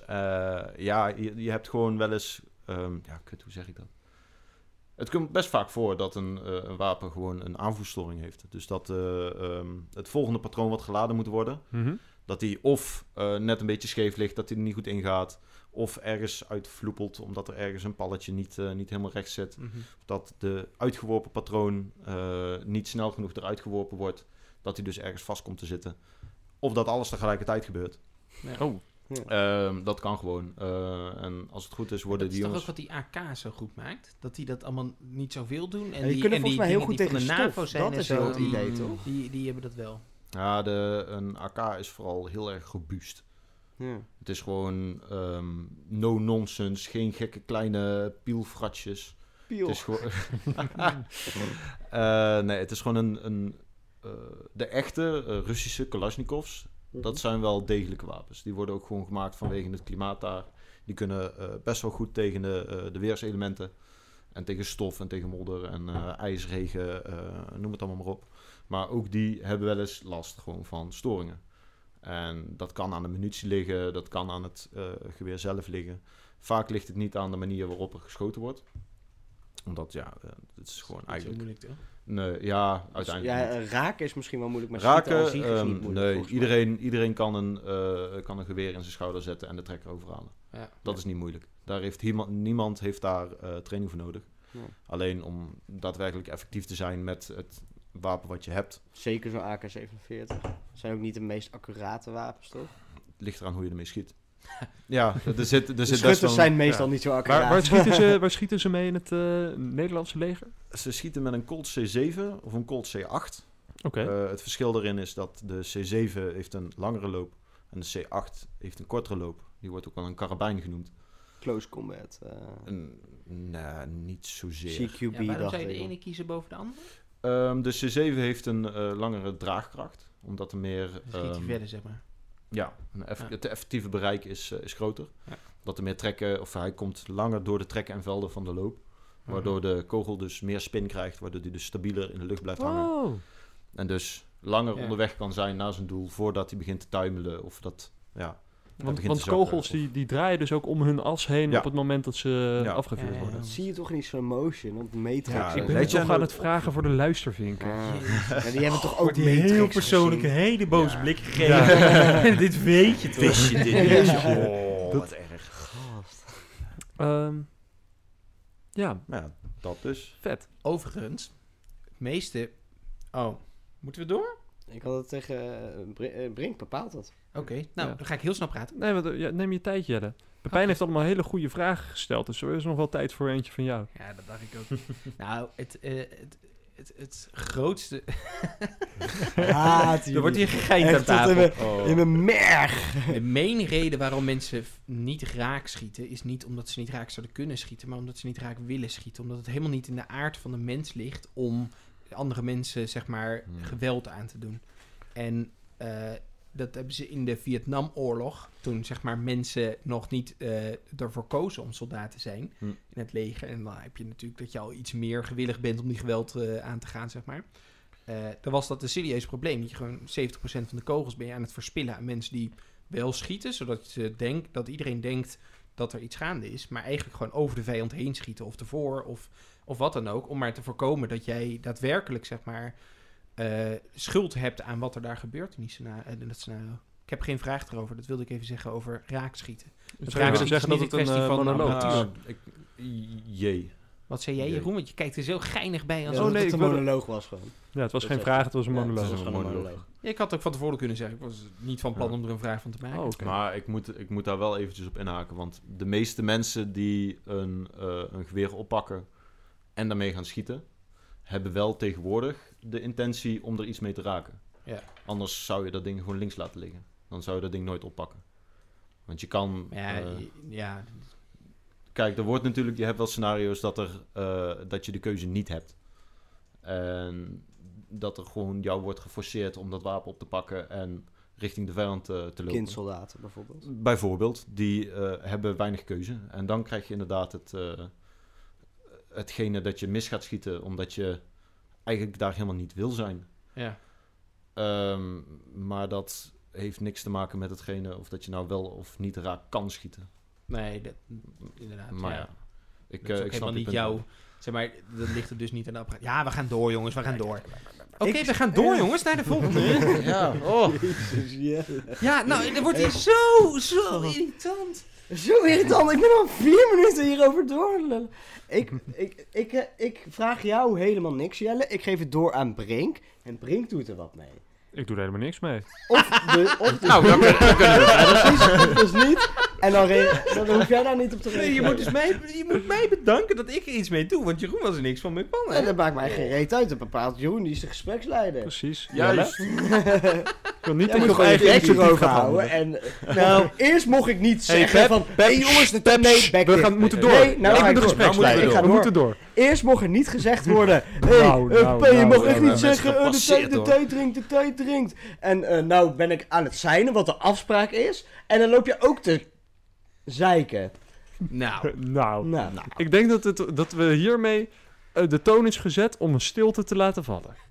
Speaker 4: je hebt gewoon wel eens, hoe zeg ik dat? Het komt best vaak voor dat een wapen gewoon een aanvoerstoring heeft. Dus dat het volgende patroon wat geladen moet worden, dat die of net een beetje scheef ligt, dat hij er niet goed ingaat, of ergens uitvloepelt omdat er ergens een palletje niet helemaal recht zit. Dat de uitgeworpen patroon niet snel genoeg eruit geworpen wordt, dat hij dus ergens vast komt te zitten. Of dat alles tegelijkertijd gebeurt.
Speaker 1: Ja.
Speaker 3: Oh,
Speaker 4: Dat kan gewoon. En als het goed is, worden
Speaker 1: Dat
Speaker 4: die
Speaker 1: is toch
Speaker 4: jongens...
Speaker 1: ook wat die AK zo goed maakt? Dat die dat allemaal niet zoveel doen. En
Speaker 2: die
Speaker 1: die,
Speaker 2: kunnen
Speaker 1: en die
Speaker 2: volgens mij heel
Speaker 1: dingen
Speaker 2: goed
Speaker 1: die van
Speaker 2: tegen
Speaker 1: de
Speaker 2: stof.
Speaker 1: NAVO zijn
Speaker 2: Dat
Speaker 1: en
Speaker 2: is
Speaker 1: zo,
Speaker 2: wel het idee, toch?
Speaker 1: Die hebben dat wel.
Speaker 4: Ja, een AK is vooral heel erg robuust.
Speaker 2: Ja.
Speaker 4: Het is gewoon no-nonsense, geen gekke kleine pielfratjes.
Speaker 2: Piel.
Speaker 4: Het is gewoon... nee, het is gewoon de echte Russische Kalashnikovs. Dat zijn wel degelijke wapens. Die worden ook gewoon gemaakt vanwege het klimaat daar. Die kunnen best wel goed tegen de weerselementen. En tegen stof en tegen modder en ijsregen, noem het allemaal maar op. Maar ook die hebben wel eens last gewoon van storingen. En dat kan aan de munitie liggen, dat kan aan het geweer zelf liggen. Vaak ligt het niet aan de manier waarop er geschoten wordt. Omdat, het is gewoon
Speaker 1: Zo
Speaker 4: eigenlijk...
Speaker 1: moeilijk toch?
Speaker 4: Nee, ja, uiteindelijk niet.
Speaker 2: Raken is misschien wel moeilijk, maar schieten als
Speaker 4: Raken,
Speaker 2: zich is niet moeilijk. volgens mij.
Speaker 4: iedereen kan een geweer in zijn schouder zetten en de trekker overhalen.
Speaker 1: Ja.
Speaker 4: Dat is niet moeilijk. Daar heeft niemand heeft daar training voor nodig.
Speaker 2: Ja.
Speaker 4: Alleen om daadwerkelijk effectief te zijn met het wapen wat je hebt.
Speaker 2: Zeker zo'n AK-47. Zijn ook niet de meest accurate wapens, toch?
Speaker 4: Ligt eraan hoe je ermee schiet. Ja, er zit
Speaker 2: De
Speaker 4: best
Speaker 2: schutters
Speaker 4: wel...
Speaker 2: zijn meestal niet zo accuraat.
Speaker 3: Waar schieten ze mee in het Nederlandse leger?
Speaker 4: Ze schieten met een Colt C7 of een Colt C8.
Speaker 3: Oké.
Speaker 4: Het verschil daarin is dat de C7 heeft een langere loop en de C8 heeft een kortere loop. Die wordt ook wel een karabijn genoemd.
Speaker 2: Close combat.
Speaker 4: Nee, niet zozeer.
Speaker 2: CQB,
Speaker 1: Ja, waarom
Speaker 2: dacht
Speaker 1: zou je de
Speaker 2: ik.
Speaker 1: ene kiezen boven de andere?
Speaker 4: De C7 heeft een langere draagkracht, omdat er meer...
Speaker 1: Dan schiet hij verder, zeg maar.
Speaker 4: Ja, het effectieve bereik is groter.
Speaker 1: Ja.
Speaker 4: Dat er meer trekken, of hij komt langer door de trekken en velden van de loop. Waardoor de kogel dus meer spin krijgt, waardoor hij dus stabieler in de lucht blijft hangen.
Speaker 3: Oh.
Speaker 4: En dus langer
Speaker 1: Ja. onderweg
Speaker 4: onderweg kan zijn naar zijn doel voordat hij begint te tuimelen. Of dat,
Speaker 3: Want
Speaker 4: begint te zakken,
Speaker 3: kogels
Speaker 4: of-
Speaker 3: die draaien dus ook om hun as heen
Speaker 4: Ja.
Speaker 3: op het moment dat ze
Speaker 4: Ja.
Speaker 3: afgevuurd
Speaker 1: Ja, ja.
Speaker 3: worden.
Speaker 2: Dat zie je toch in slow motion op Matrix.
Speaker 4: Ja,
Speaker 3: Ik
Speaker 2: en
Speaker 3: ben
Speaker 2: zo.
Speaker 4: weet je
Speaker 3: toch
Speaker 4: nog-
Speaker 3: aan het vragen voor de luistervinken.
Speaker 2: Ja, die hebben toch ook
Speaker 7: Wordt die
Speaker 2: Matrix
Speaker 7: heel persoonlijke,
Speaker 2: gezien?
Speaker 7: hele boze
Speaker 4: Ja.
Speaker 7: blik gegeven. Dit weet je toch?
Speaker 4: Wist je dit niet? Oh, wat erg.
Speaker 2: Gast.
Speaker 3: Ja,
Speaker 4: Ja, dat dus.
Speaker 3: vet.
Speaker 1: Overigens, het meeste... Oh, moeten we door?
Speaker 2: Ik had het tegen Brink, bepaalt dat.
Speaker 1: Oké, nou,
Speaker 3: Ja.
Speaker 1: dan ga ik heel snel praten.
Speaker 3: Nee, neem je tijd, Jelle. Pepijn heeft allemaal hele goede vragen gesteld, dus er is nog wel tijd voor eentje van jou.
Speaker 1: Ja, dat dacht ik ook. Nou, het grootste... Er wordt hier gegeind aan
Speaker 2: Echt tot
Speaker 1: tafel.
Speaker 2: in mijn merg.
Speaker 1: De main reden waarom mensen niet raak schieten... is niet omdat ze niet raak zouden kunnen schieten... maar omdat ze niet raak willen schieten. Omdat het helemaal niet in de aard van de mens ligt... om andere mensen, zeg maar, geweld aan te doen. En dat hebben ze in de Vietnamoorlog... toen, zeg maar, mensen nog niet ervoor kozen om soldaat te zijn... in het leger. En dan heb je natuurlijk dat je al iets meer gewillig bent... om die geweld aan te gaan, zeg maar... dan was dat een serieus probleem. Dat je gewoon 70% van de kogels ben je aan het verspillen aan mensen die wel schieten, zodat dat iedereen denkt dat er iets gaande is, maar eigenlijk gewoon over de vijand heen schieten of ervoor of wat dan ook, om maar te voorkomen dat jij daadwerkelijk, zeg maar, schuld hebt aan wat er daar gebeurt in dat scenario. Ik heb geen vraag erover, dat wilde ik even zeggen over raakschieten.
Speaker 3: Dus
Speaker 1: vraag
Speaker 3: zou je
Speaker 1: is
Speaker 3: willen zeggen
Speaker 1: niet
Speaker 3: dat het
Speaker 1: een kwestie
Speaker 3: een
Speaker 1: van
Speaker 3: monoloog
Speaker 1: apparatuur.
Speaker 3: is?
Speaker 4: Jee.
Speaker 1: Wat zei jij,
Speaker 4: Jee.
Speaker 1: Jeroen? Want je kijkt er zo geinig bij. Als
Speaker 2: Ja,
Speaker 3: Oh,
Speaker 2: dat
Speaker 3: nee,
Speaker 2: het
Speaker 3: ik
Speaker 2: een
Speaker 3: wilde-
Speaker 2: monoloog was gewoon.
Speaker 3: Ja, het was
Speaker 2: Dat
Speaker 3: geen
Speaker 2: is
Speaker 3: vraag,
Speaker 2: echt-
Speaker 3: het was een
Speaker 2: Ja,
Speaker 3: monoloog.
Speaker 2: het was gewoon een monoloog.
Speaker 1: Ja, ik had ook van tevoren kunnen zeggen. Ik was niet van plan
Speaker 4: Ja.
Speaker 1: om er een vraag van te maken.
Speaker 3: Oh, oké.
Speaker 4: Maar ik moet daar wel eventjes op inhaken. Want de meeste mensen die een geweer oppakken en daarmee gaan schieten... hebben wel tegenwoordig de intentie om er iets mee te raken.
Speaker 1: Ja.
Speaker 4: Anders zou je dat ding gewoon links laten liggen. Dan zou je dat ding nooit oppakken. Want je kan...
Speaker 1: Ja, ja,
Speaker 4: Kijk, er wordt natuurlijk... Je hebt wel scenario's dat je de keuze niet hebt. En dat er gewoon jou wordt geforceerd om dat wapen op te pakken... en richting de vijand te lopen.
Speaker 2: Kindsoldaten bijvoorbeeld.
Speaker 4: Bijvoorbeeld, die hebben weinig keuze. En dan krijg je inderdaad hetgene dat je mis gaat schieten... omdat je eigenlijk daar helemaal niet wil zijn.
Speaker 1: ja.
Speaker 4: Maar dat heeft niks te maken met hetgene... of dat je nou wel of niet raak kan schieten.
Speaker 1: Nee, inderdaad.
Speaker 4: Maar
Speaker 1: ja.
Speaker 4: ja, ik
Speaker 1: Dat is ook
Speaker 4: snap
Speaker 1: helemaal
Speaker 4: je
Speaker 1: niet
Speaker 4: punt
Speaker 1: jouw...
Speaker 4: wel.
Speaker 1: Zeg maar, dat ligt er dus niet aan de apparaat. Ja, we gaan door, jongens. We gaan door. Oké, we gaan door, jongens, naar de volgende.
Speaker 4: Ja, oh.
Speaker 2: Jezus, ja.
Speaker 1: Ja, nou, er wordt hier zo irritant.
Speaker 2: Zo irritant. Ik ben al 4 minuten hierover door. Ik vraag jou helemaal niks, Jelle. Ik geef het door aan Brink. En Brink doet er wat mee.
Speaker 3: Ik doe er helemaal niks mee.
Speaker 2: Of
Speaker 1: Nou, dan kunnen we
Speaker 2: precies, of dus niet. En dan hoef jij daar niet op te reageren.
Speaker 1: je moet mij bedanken dat ik er iets mee doe. Want Jeroen was er niks van met
Speaker 2: En
Speaker 1: pannen.
Speaker 2: dat maakt mij geen reet uit. Een bepaald Jeroen, die is de gespreksleider.
Speaker 3: Precies.
Speaker 4: Juist.
Speaker 3: Jelle? Ik wil niet
Speaker 2: Jij
Speaker 3: dat je
Speaker 2: moet
Speaker 3: op
Speaker 2: gewoon
Speaker 3: eigen
Speaker 2: je
Speaker 3: initiatief
Speaker 2: erover
Speaker 3: gaat
Speaker 2: houden.
Speaker 3: handelen.
Speaker 2: En nou, eerst mocht ik niet zeggen
Speaker 3: Pep,
Speaker 2: van...
Speaker 3: Pep,
Speaker 2: hey jongens,
Speaker 3: Pep,
Speaker 2: nee, back
Speaker 3: we
Speaker 2: dit.
Speaker 3: moeten door.
Speaker 2: Nee, nou
Speaker 3: Ik
Speaker 2: ga
Speaker 3: ben de
Speaker 2: door.
Speaker 3: gespreksleider.
Speaker 2: Ik ga
Speaker 3: We
Speaker 2: door.
Speaker 3: moeten door.
Speaker 2: Eerst mocht er niet gezegd worden... Hey,
Speaker 3: Nou,
Speaker 2: je mag echt niet
Speaker 4: mensen
Speaker 2: zeggen...
Speaker 4: gepasseerd,
Speaker 2: de
Speaker 4: hoor.
Speaker 2: tijd drinkt. En nou ben ik aan het seinen wat de afspraak is. En dan loop je ook te zeiken.
Speaker 1: Nou,
Speaker 3: Nou, ik denk dat we hiermee de toon is gezet om een stilte te laten vallen.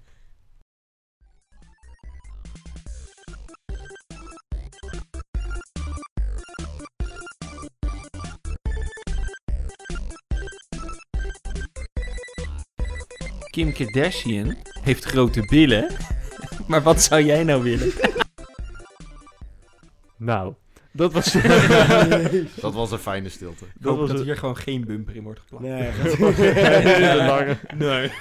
Speaker 7: Kim Kardashian heeft grote billen. Maar wat zou jij nou willen?
Speaker 3: Nou, dat was...
Speaker 4: Dat was een fijne stilte.
Speaker 1: Ik hoop dat hier gewoon geen bumper in wordt geplakt.
Speaker 2: Nee,
Speaker 3: Hele lange.
Speaker 7: Nee.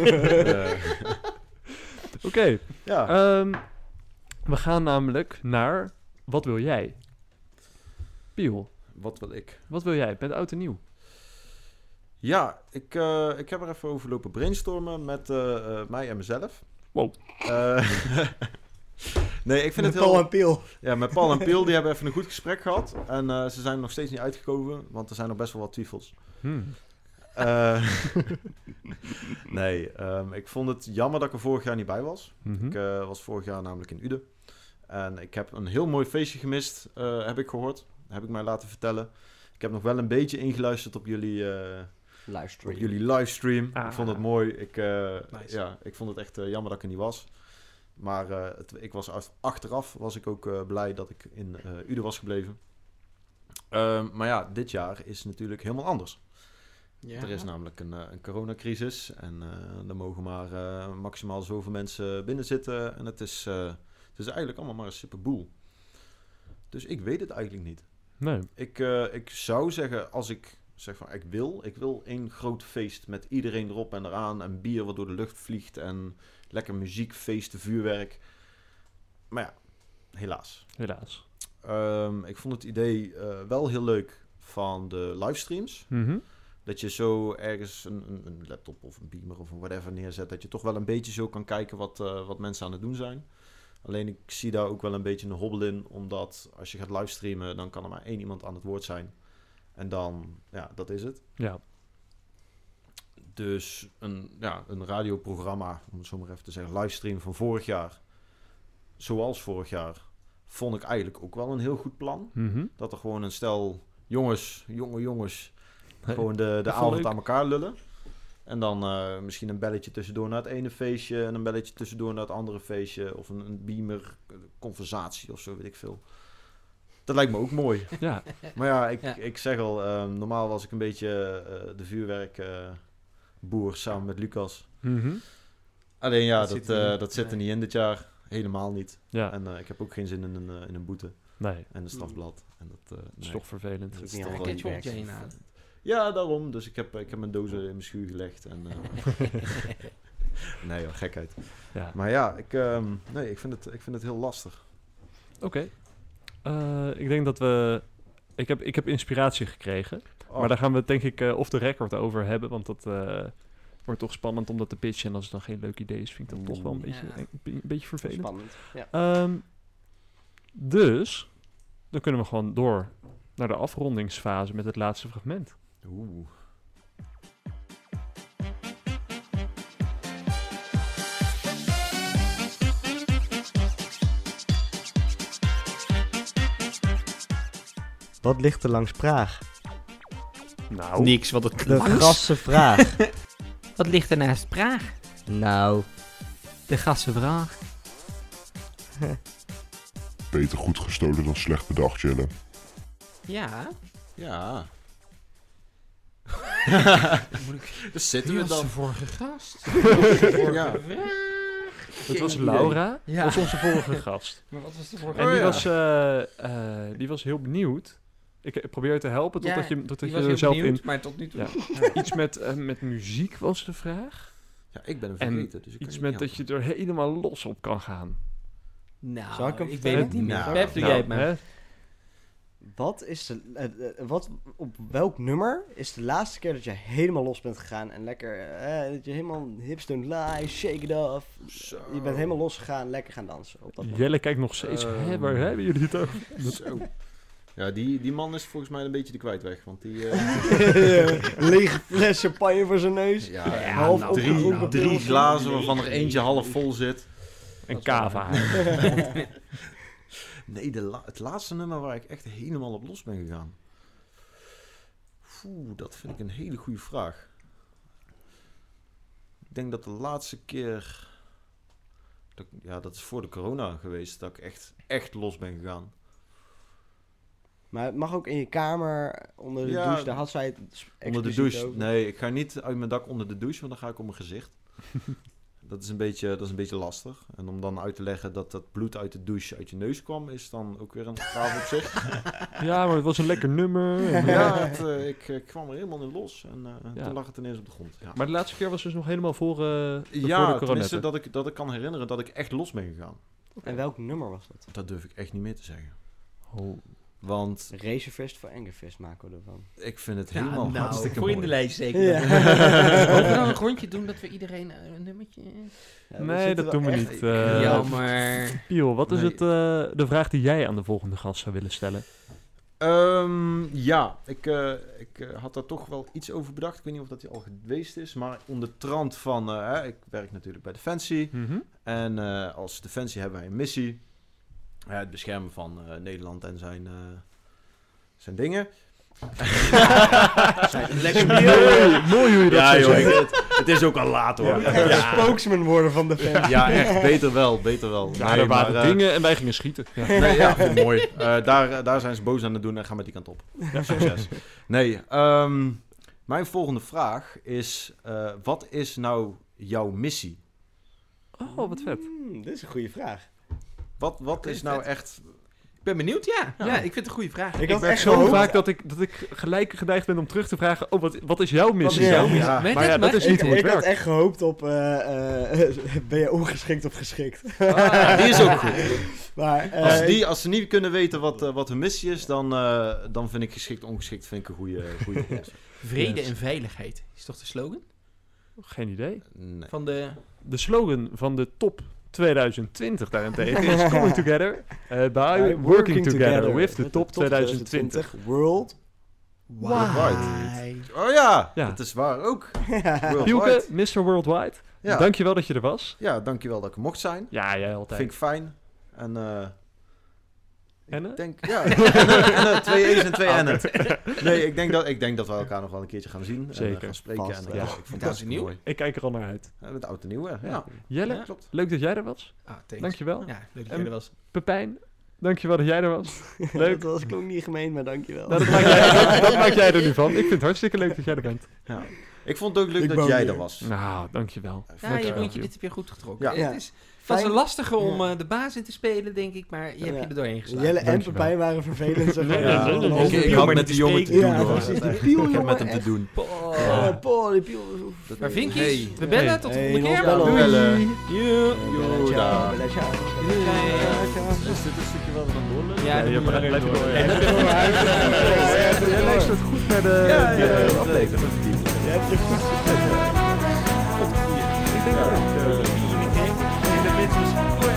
Speaker 3: Oké,
Speaker 4: Ja.
Speaker 3: we gaan namelijk naar... Wat wil jij? Piel,
Speaker 4: Wat wil ik?
Speaker 3: wat wil jij? Met oud en nieuw.
Speaker 4: Ja, ik heb er even over lopen brainstormen met mij en mezelf.
Speaker 3: Wow.
Speaker 4: Nee, ik vind het
Speaker 2: Paul
Speaker 4: heel...
Speaker 2: en Piel.
Speaker 4: Ja, met Paul en Piel, die hebben even een goed gesprek gehad. En ze zijn nog steeds niet uitgekomen, want er zijn nog best wel wat twijfels. Nee, ik vond het jammer dat ik er vorig jaar niet bij was.
Speaker 3: Mhm.
Speaker 4: Ik was vorig jaar namelijk in Uden. En ik heb een heel mooi feestje gemist, heb ik gehoord. Heb ik mij laten vertellen. Ik heb nog wel een beetje ingeluisterd op jullie livestream.
Speaker 3: Ah.
Speaker 4: Ik vond het mooi. Ik
Speaker 1: Nice.
Speaker 4: ik vond het echt jammer dat ik er niet was. Maar ik was achteraf was ik ook blij dat ik in Uden was gebleven. Maar ja, dit jaar is natuurlijk helemaal anders.
Speaker 1: Ja.
Speaker 4: Er is namelijk een coronacrisis en er mogen maar maximaal zoveel mensen binnen zitten. En het is eigenlijk allemaal maar een sippe boel. Dus ik weet het eigenlijk niet.
Speaker 3: Nee.
Speaker 4: Ik zou zeggen, als ik zeg van ik wil één groot feest met iedereen erop en eraan en bier wat door de lucht vliegt en lekker muziek, feesten, vuurwerk. Maar ja, helaas.
Speaker 3: Helaas.
Speaker 4: Ik vond het idee wel heel leuk van de livestreams.
Speaker 3: Mhm.
Speaker 4: Dat je zo ergens een laptop of een beamer of een whatever neerzet. Dat je toch wel een beetje zo kan kijken wat mensen aan het doen zijn. Alleen ik zie daar ook wel een beetje een hobbel in. Omdat als je gaat livestreamen, dan kan er maar één iemand aan het woord zijn. En dan, ja, dat is het.
Speaker 3: Ja.
Speaker 4: Dus een radioprogramma, om het zo maar even te zeggen, livestream van vorig jaar. Zoals vorig jaar, vond ik eigenlijk ook wel een heel goed plan.
Speaker 3: Mhm.
Speaker 4: Dat er gewoon een stel jonge jongens, gewoon de
Speaker 3: vond
Speaker 4: avond
Speaker 3: ik.
Speaker 4: aan elkaar lullen. En dan misschien een belletje tussendoor naar het ene feestje en een belletje tussendoor naar het andere feestje. Of een beamer conversatie of zo, weet ik veel. Dat lijkt me ook mooi.
Speaker 3: Ja.
Speaker 4: Maar ja,
Speaker 1: Ja.
Speaker 4: ik zeg al, normaal was ik een beetje de vuurwerkboer samen met Lucas.
Speaker 3: Mhm.
Speaker 4: Alleen ja,
Speaker 1: Dat zit er niet.
Speaker 4: dat zit er
Speaker 1: Nee.
Speaker 4: niet in dit jaar. Helemaal niet.
Speaker 3: Ja.
Speaker 4: En ik heb ook geen zin in een boete
Speaker 3: Nee.
Speaker 4: en een strafblad. En dat
Speaker 3: Dat is toch vervelend.
Speaker 2: Dat is
Speaker 4: is
Speaker 2: niet
Speaker 4: toch
Speaker 2: allemaal
Speaker 4: wel
Speaker 1: Catch op,
Speaker 2: werk.
Speaker 1: Jane aan.
Speaker 4: Ja, daarom. Dus ik heb mijn dozen in mijn schuur gelegd. En, nee joh, gekheid.
Speaker 3: Ja.
Speaker 4: Maar ja, ik vind het heel lastig.
Speaker 3: Oké. Ik denk dat we... Ik heb inspiratie gekregen.
Speaker 4: Oh,
Speaker 3: Maar daar gaan we het denk ik off the record over hebben. Want dat wordt toch spannend om dat te pitchen. En als het dan geen leuk idee is, vind ik dat toch wel een beetje,
Speaker 1: Ja.
Speaker 3: een beetje vervelend.
Speaker 2: Spannend. Ja.
Speaker 3: Dus, dan kunnen we gewoon door naar de afrondingsfase met het laatste fragment.
Speaker 4: Oeh.
Speaker 2: Wat ligt er langs Praag?
Speaker 3: Nou,
Speaker 7: Niks, wat het
Speaker 2: De gasse vraag.
Speaker 1: Wat ligt er naast Praag?
Speaker 2: Nou,
Speaker 1: De gassenvraag.
Speaker 5: Beter goed gestolen dan slecht bedacht, Jelle.
Speaker 1: Ja.
Speaker 4: Ja.
Speaker 1: Moet ik...
Speaker 4: Dus zitten we
Speaker 1: Wie was de
Speaker 4: dan.
Speaker 1: vorige gast?
Speaker 4: Ja.
Speaker 3: het was
Speaker 1: Geen
Speaker 3: Laura,
Speaker 1: idee. Ja.
Speaker 3: was onze vorige gast.
Speaker 1: Maar wat was de vorige
Speaker 3: En
Speaker 4: Oh,
Speaker 3: die was heel benieuwd. Ik probeer te helpen totdat je
Speaker 1: die
Speaker 3: er
Speaker 1: was heel
Speaker 3: zelf
Speaker 1: benieuwd,
Speaker 3: in...
Speaker 1: maar tot nu toe.
Speaker 3: Ja. Iets met muziek was de vraag.
Speaker 4: Ja, ik ben hem
Speaker 3: En
Speaker 4: vergeten. Dus ik kan
Speaker 3: Iets
Speaker 4: je
Speaker 3: met
Speaker 4: niet
Speaker 3: dat je er helemaal los op kan gaan.
Speaker 1: Nou,
Speaker 2: Zal ik hem
Speaker 1: weet
Speaker 2: vertellen?
Speaker 1: het niet meer.
Speaker 4: Nou,
Speaker 1: Pep, doe jij het maar.
Speaker 3: hè?
Speaker 2: wat is op welk nummer is de laatste keer dat je helemaal los bent gegaan en lekker, dat je helemaal hips don't lie, shake it off.
Speaker 4: Zo.
Speaker 2: Je bent helemaal losgegaan, lekker gaan dansen. Op dat moment.
Speaker 3: Jelle kijkt nog steeds. Hè, waar hebben jullie het over?
Speaker 4: Zo. Ja, die man is volgens mij een beetje de kwijtweg. Want die...
Speaker 2: Lege fles champagne voor zijn neus.
Speaker 4: ja,
Speaker 2: half
Speaker 1: nou,
Speaker 2: opgedronken
Speaker 4: drie
Speaker 2: pils.
Speaker 4: glazen waarvan er eentje half vol zit.
Speaker 3: En kava.
Speaker 4: Nee, het laatste nummer waar ik echt helemaal op los ben gegaan. Oeh, dat vind ik een hele goede vraag. Ik denk dat de laatste keer... dat is voor de corona geweest, dat ik echt los ben gegaan.
Speaker 2: Maar het mag ook in je kamer, onder de
Speaker 4: Ja,
Speaker 2: douche. Daar had zij het
Speaker 4: Onder de
Speaker 2: expliciet
Speaker 4: douche.
Speaker 2: over.
Speaker 4: Nee, ik ga niet uit mijn dak onder de douche, want dan ga ik op mijn gezicht. Dat is een beetje lastig. En om dan uit te leggen dat dat bloed uit de douche uit je neus kwam, is dan ook weer een gave op zich.
Speaker 3: Ja, maar het was een lekker nummer. En,
Speaker 4: Ja, ik kwam er helemaal in los en
Speaker 3: Ja.
Speaker 4: toen lag het ineens op de grond. Ja,
Speaker 3: Maar de laatste keer was dus nog helemaal voor de
Speaker 4: tenminste
Speaker 3: coronetten.
Speaker 4: dat ik kan herinneren dat ik echt los ben gegaan.
Speaker 2: En welk nummer was dat?
Speaker 4: Dat durf ik echt niet meer te zeggen.
Speaker 3: Oh.
Speaker 4: Want
Speaker 2: Racerfest voor Angerfest maken we ervan.
Speaker 4: ik vind het
Speaker 1: Ja,
Speaker 4: helemaal
Speaker 1: nou,
Speaker 4: hartstikke
Speaker 7: Voor in de
Speaker 4: mooi.
Speaker 7: lijst zeker.
Speaker 2: Ja.
Speaker 1: Mogen we nou een rondje doen dat we iedereen een nummertje...
Speaker 2: Ja, we
Speaker 3: Nee,
Speaker 2: zitten
Speaker 3: dat
Speaker 2: wel
Speaker 3: doen we
Speaker 2: echt-
Speaker 3: niet.
Speaker 1: Jammer.
Speaker 3: Piel, wat is
Speaker 4: Nee.
Speaker 3: de vraag die jij aan de volgende gast zou willen stellen?
Speaker 4: Ja, ik had daar toch wel iets over bedacht. Ik weet niet of dat hij al geweest is. Maar onder de trant van... ik werk natuurlijk bij Defensie. En als Defensie hebben wij een missie. Het beschermen van Nederland en zijn dingen.
Speaker 2: Lekker
Speaker 3: Mooi hoe je dat
Speaker 4: Ja,
Speaker 3: zo
Speaker 4: joh,
Speaker 3: zegt.
Speaker 4: het is ook al laat hoor.
Speaker 2: echt spokesman worden van de fans.
Speaker 4: Ja, echt. Beter wel.
Speaker 3: Ja,
Speaker 4: Nee,
Speaker 3: er waren
Speaker 4: maar,
Speaker 3: dingen en wij gingen schieten. Ja.
Speaker 4: Nee, ja, mooi. Daar zijn ze boos aan het doen en gaan met die kant op. Succes. Nee, mijn volgende vraag is... wat is nou jouw missie?
Speaker 3: Oh, wat vet.
Speaker 2: Dit is een goede vraag.
Speaker 4: Wat is nou
Speaker 1: vet.
Speaker 4: echt...
Speaker 1: Ik ben benieuwd, ja.
Speaker 3: Ja.
Speaker 1: Ja, ik vind het een goede vraag.
Speaker 2: Ik
Speaker 3: Ik
Speaker 2: had
Speaker 3: merk
Speaker 2: echt
Speaker 3: zo
Speaker 2: gehoopt-
Speaker 3: vaak dat ik gelijk geneigd ben om terug te vragen... Oh, wat is jouw missie?
Speaker 2: is jouw
Speaker 3: Ja.
Speaker 2: missie?
Speaker 4: Ja,
Speaker 1: Met
Speaker 3: Maar ja,
Speaker 1: het
Speaker 3: dat is niet
Speaker 2: Ik
Speaker 3: hoe het
Speaker 2: had
Speaker 3: werkt.
Speaker 2: echt gehoopt op... ben je ongeschikt of geschikt?
Speaker 4: die is ook goed.
Speaker 2: Maar,
Speaker 4: Als ze niet kunnen weten wat hun missie is, dan vind ik geschikt ongeschikt vind ik een goede oplossing.
Speaker 1: Vrede
Speaker 3: Yes.
Speaker 1: en veiligheid is toch de slogan
Speaker 3: Geen idee.
Speaker 4: Nee.
Speaker 1: van de...
Speaker 3: De slogan van de top 2020 daarentegen is coming together by working together with the top 2020.
Speaker 2: World.
Speaker 4: Worldwide. Oh ja,
Speaker 3: Ja.
Speaker 4: dat is waar ook.
Speaker 3: Pielke,
Speaker 4: Worldwide.
Speaker 3: Mr. Worldwide,
Speaker 4: Ja.
Speaker 3: dankjewel dat je er was.
Speaker 4: Ja, dankjewel dat ik er mocht zijn.
Speaker 3: Ja, jij altijd.
Speaker 4: Vind ik fijn. En
Speaker 3: En,
Speaker 4: ik denk, ja, en, 2 E's en 2 N'en. Nee, ik denk dat we elkaar nog wel een keertje gaan zien.
Speaker 3: Zeker.
Speaker 4: En gaan spreken.
Speaker 2: Vast,
Speaker 4: En,
Speaker 3: ja.
Speaker 4: ik vond het
Speaker 1: Met
Speaker 4: hartstikke
Speaker 1: oud en
Speaker 4: mooi.
Speaker 3: Ik kijk er al naar uit.
Speaker 4: Ja, met oud en nieuw, hè. Ja.
Speaker 3: Jelle,
Speaker 1: Ja.
Speaker 4: Klopt.
Speaker 3: leuk dat jij er was.
Speaker 1: Ah, thanks.
Speaker 3: Dankjewel.
Speaker 1: Ja, leuk dat
Speaker 3: En-
Speaker 1: jij er was.
Speaker 3: Pepijn, dankjewel dat jij er was. Leuk.
Speaker 2: Dat klonk niet gemeen, maar dankjewel.
Speaker 3: Nou, dat maak jij er nu van. Ik vind het hartstikke leuk dat jij er bent.
Speaker 4: Ja. Ik vond het ook leuk
Speaker 2: Ik
Speaker 4: dat
Speaker 2: woon
Speaker 4: jij
Speaker 2: hier.
Speaker 4: er was.
Speaker 3: Nou, dankjewel.
Speaker 1: Ja, je
Speaker 3: Dank
Speaker 1: rondje,
Speaker 3: je.
Speaker 1: dit heb je goed getrokken.
Speaker 4: Ja.
Speaker 2: Ja.
Speaker 1: Het was
Speaker 2: Fijn.
Speaker 1: een lastige om
Speaker 2: Ja.
Speaker 1: de baas in te spelen, denk ik, maar je hebt je er doorheen geslagen.
Speaker 2: Jelle en
Speaker 3: Dankjewel.
Speaker 2: Pepijn waren vervelend. Zeg maar.
Speaker 3: Nee,
Speaker 2: Ja,
Speaker 3: nee, nee,
Speaker 2: dan
Speaker 3: nee.
Speaker 2: hoef
Speaker 3: Ik
Speaker 2: je
Speaker 3: had
Speaker 2: maar
Speaker 4: met
Speaker 2: niet
Speaker 4: die
Speaker 2: te
Speaker 4: jongen te
Speaker 2: spreken.
Speaker 4: doen,
Speaker 2: Ja,
Speaker 4: hoor.
Speaker 2: precies. Die
Speaker 4: Ik
Speaker 2: piel,
Speaker 4: heb
Speaker 2: jongen,
Speaker 4: met hem te
Speaker 2: echt.
Speaker 4: doen.
Speaker 2: Oh, Paul, die piel.
Speaker 1: Maar Vinkies,
Speaker 4: Hey.
Speaker 1: we bellen.
Speaker 3: Hey.
Speaker 1: Tot de
Speaker 2: Hey,
Speaker 1: volgende keer.
Speaker 2: nog bellen.
Speaker 1: Doei.
Speaker 4: Yo,
Speaker 2: Ciao,
Speaker 4: daar.
Speaker 2: ciao.
Speaker 4: Is dit een stukje wel dan doorlopen?
Speaker 1: Ja,
Speaker 3: je
Speaker 1: dat
Speaker 3: blijft
Speaker 1: blijf
Speaker 3: door.
Speaker 1: door.
Speaker 3: Ja, dat blijf door. Jij luistert goed naar de aflevering.
Speaker 2: Je hebt je goed gezet.
Speaker 3: Ik denk dat ook.
Speaker 1: En de mensen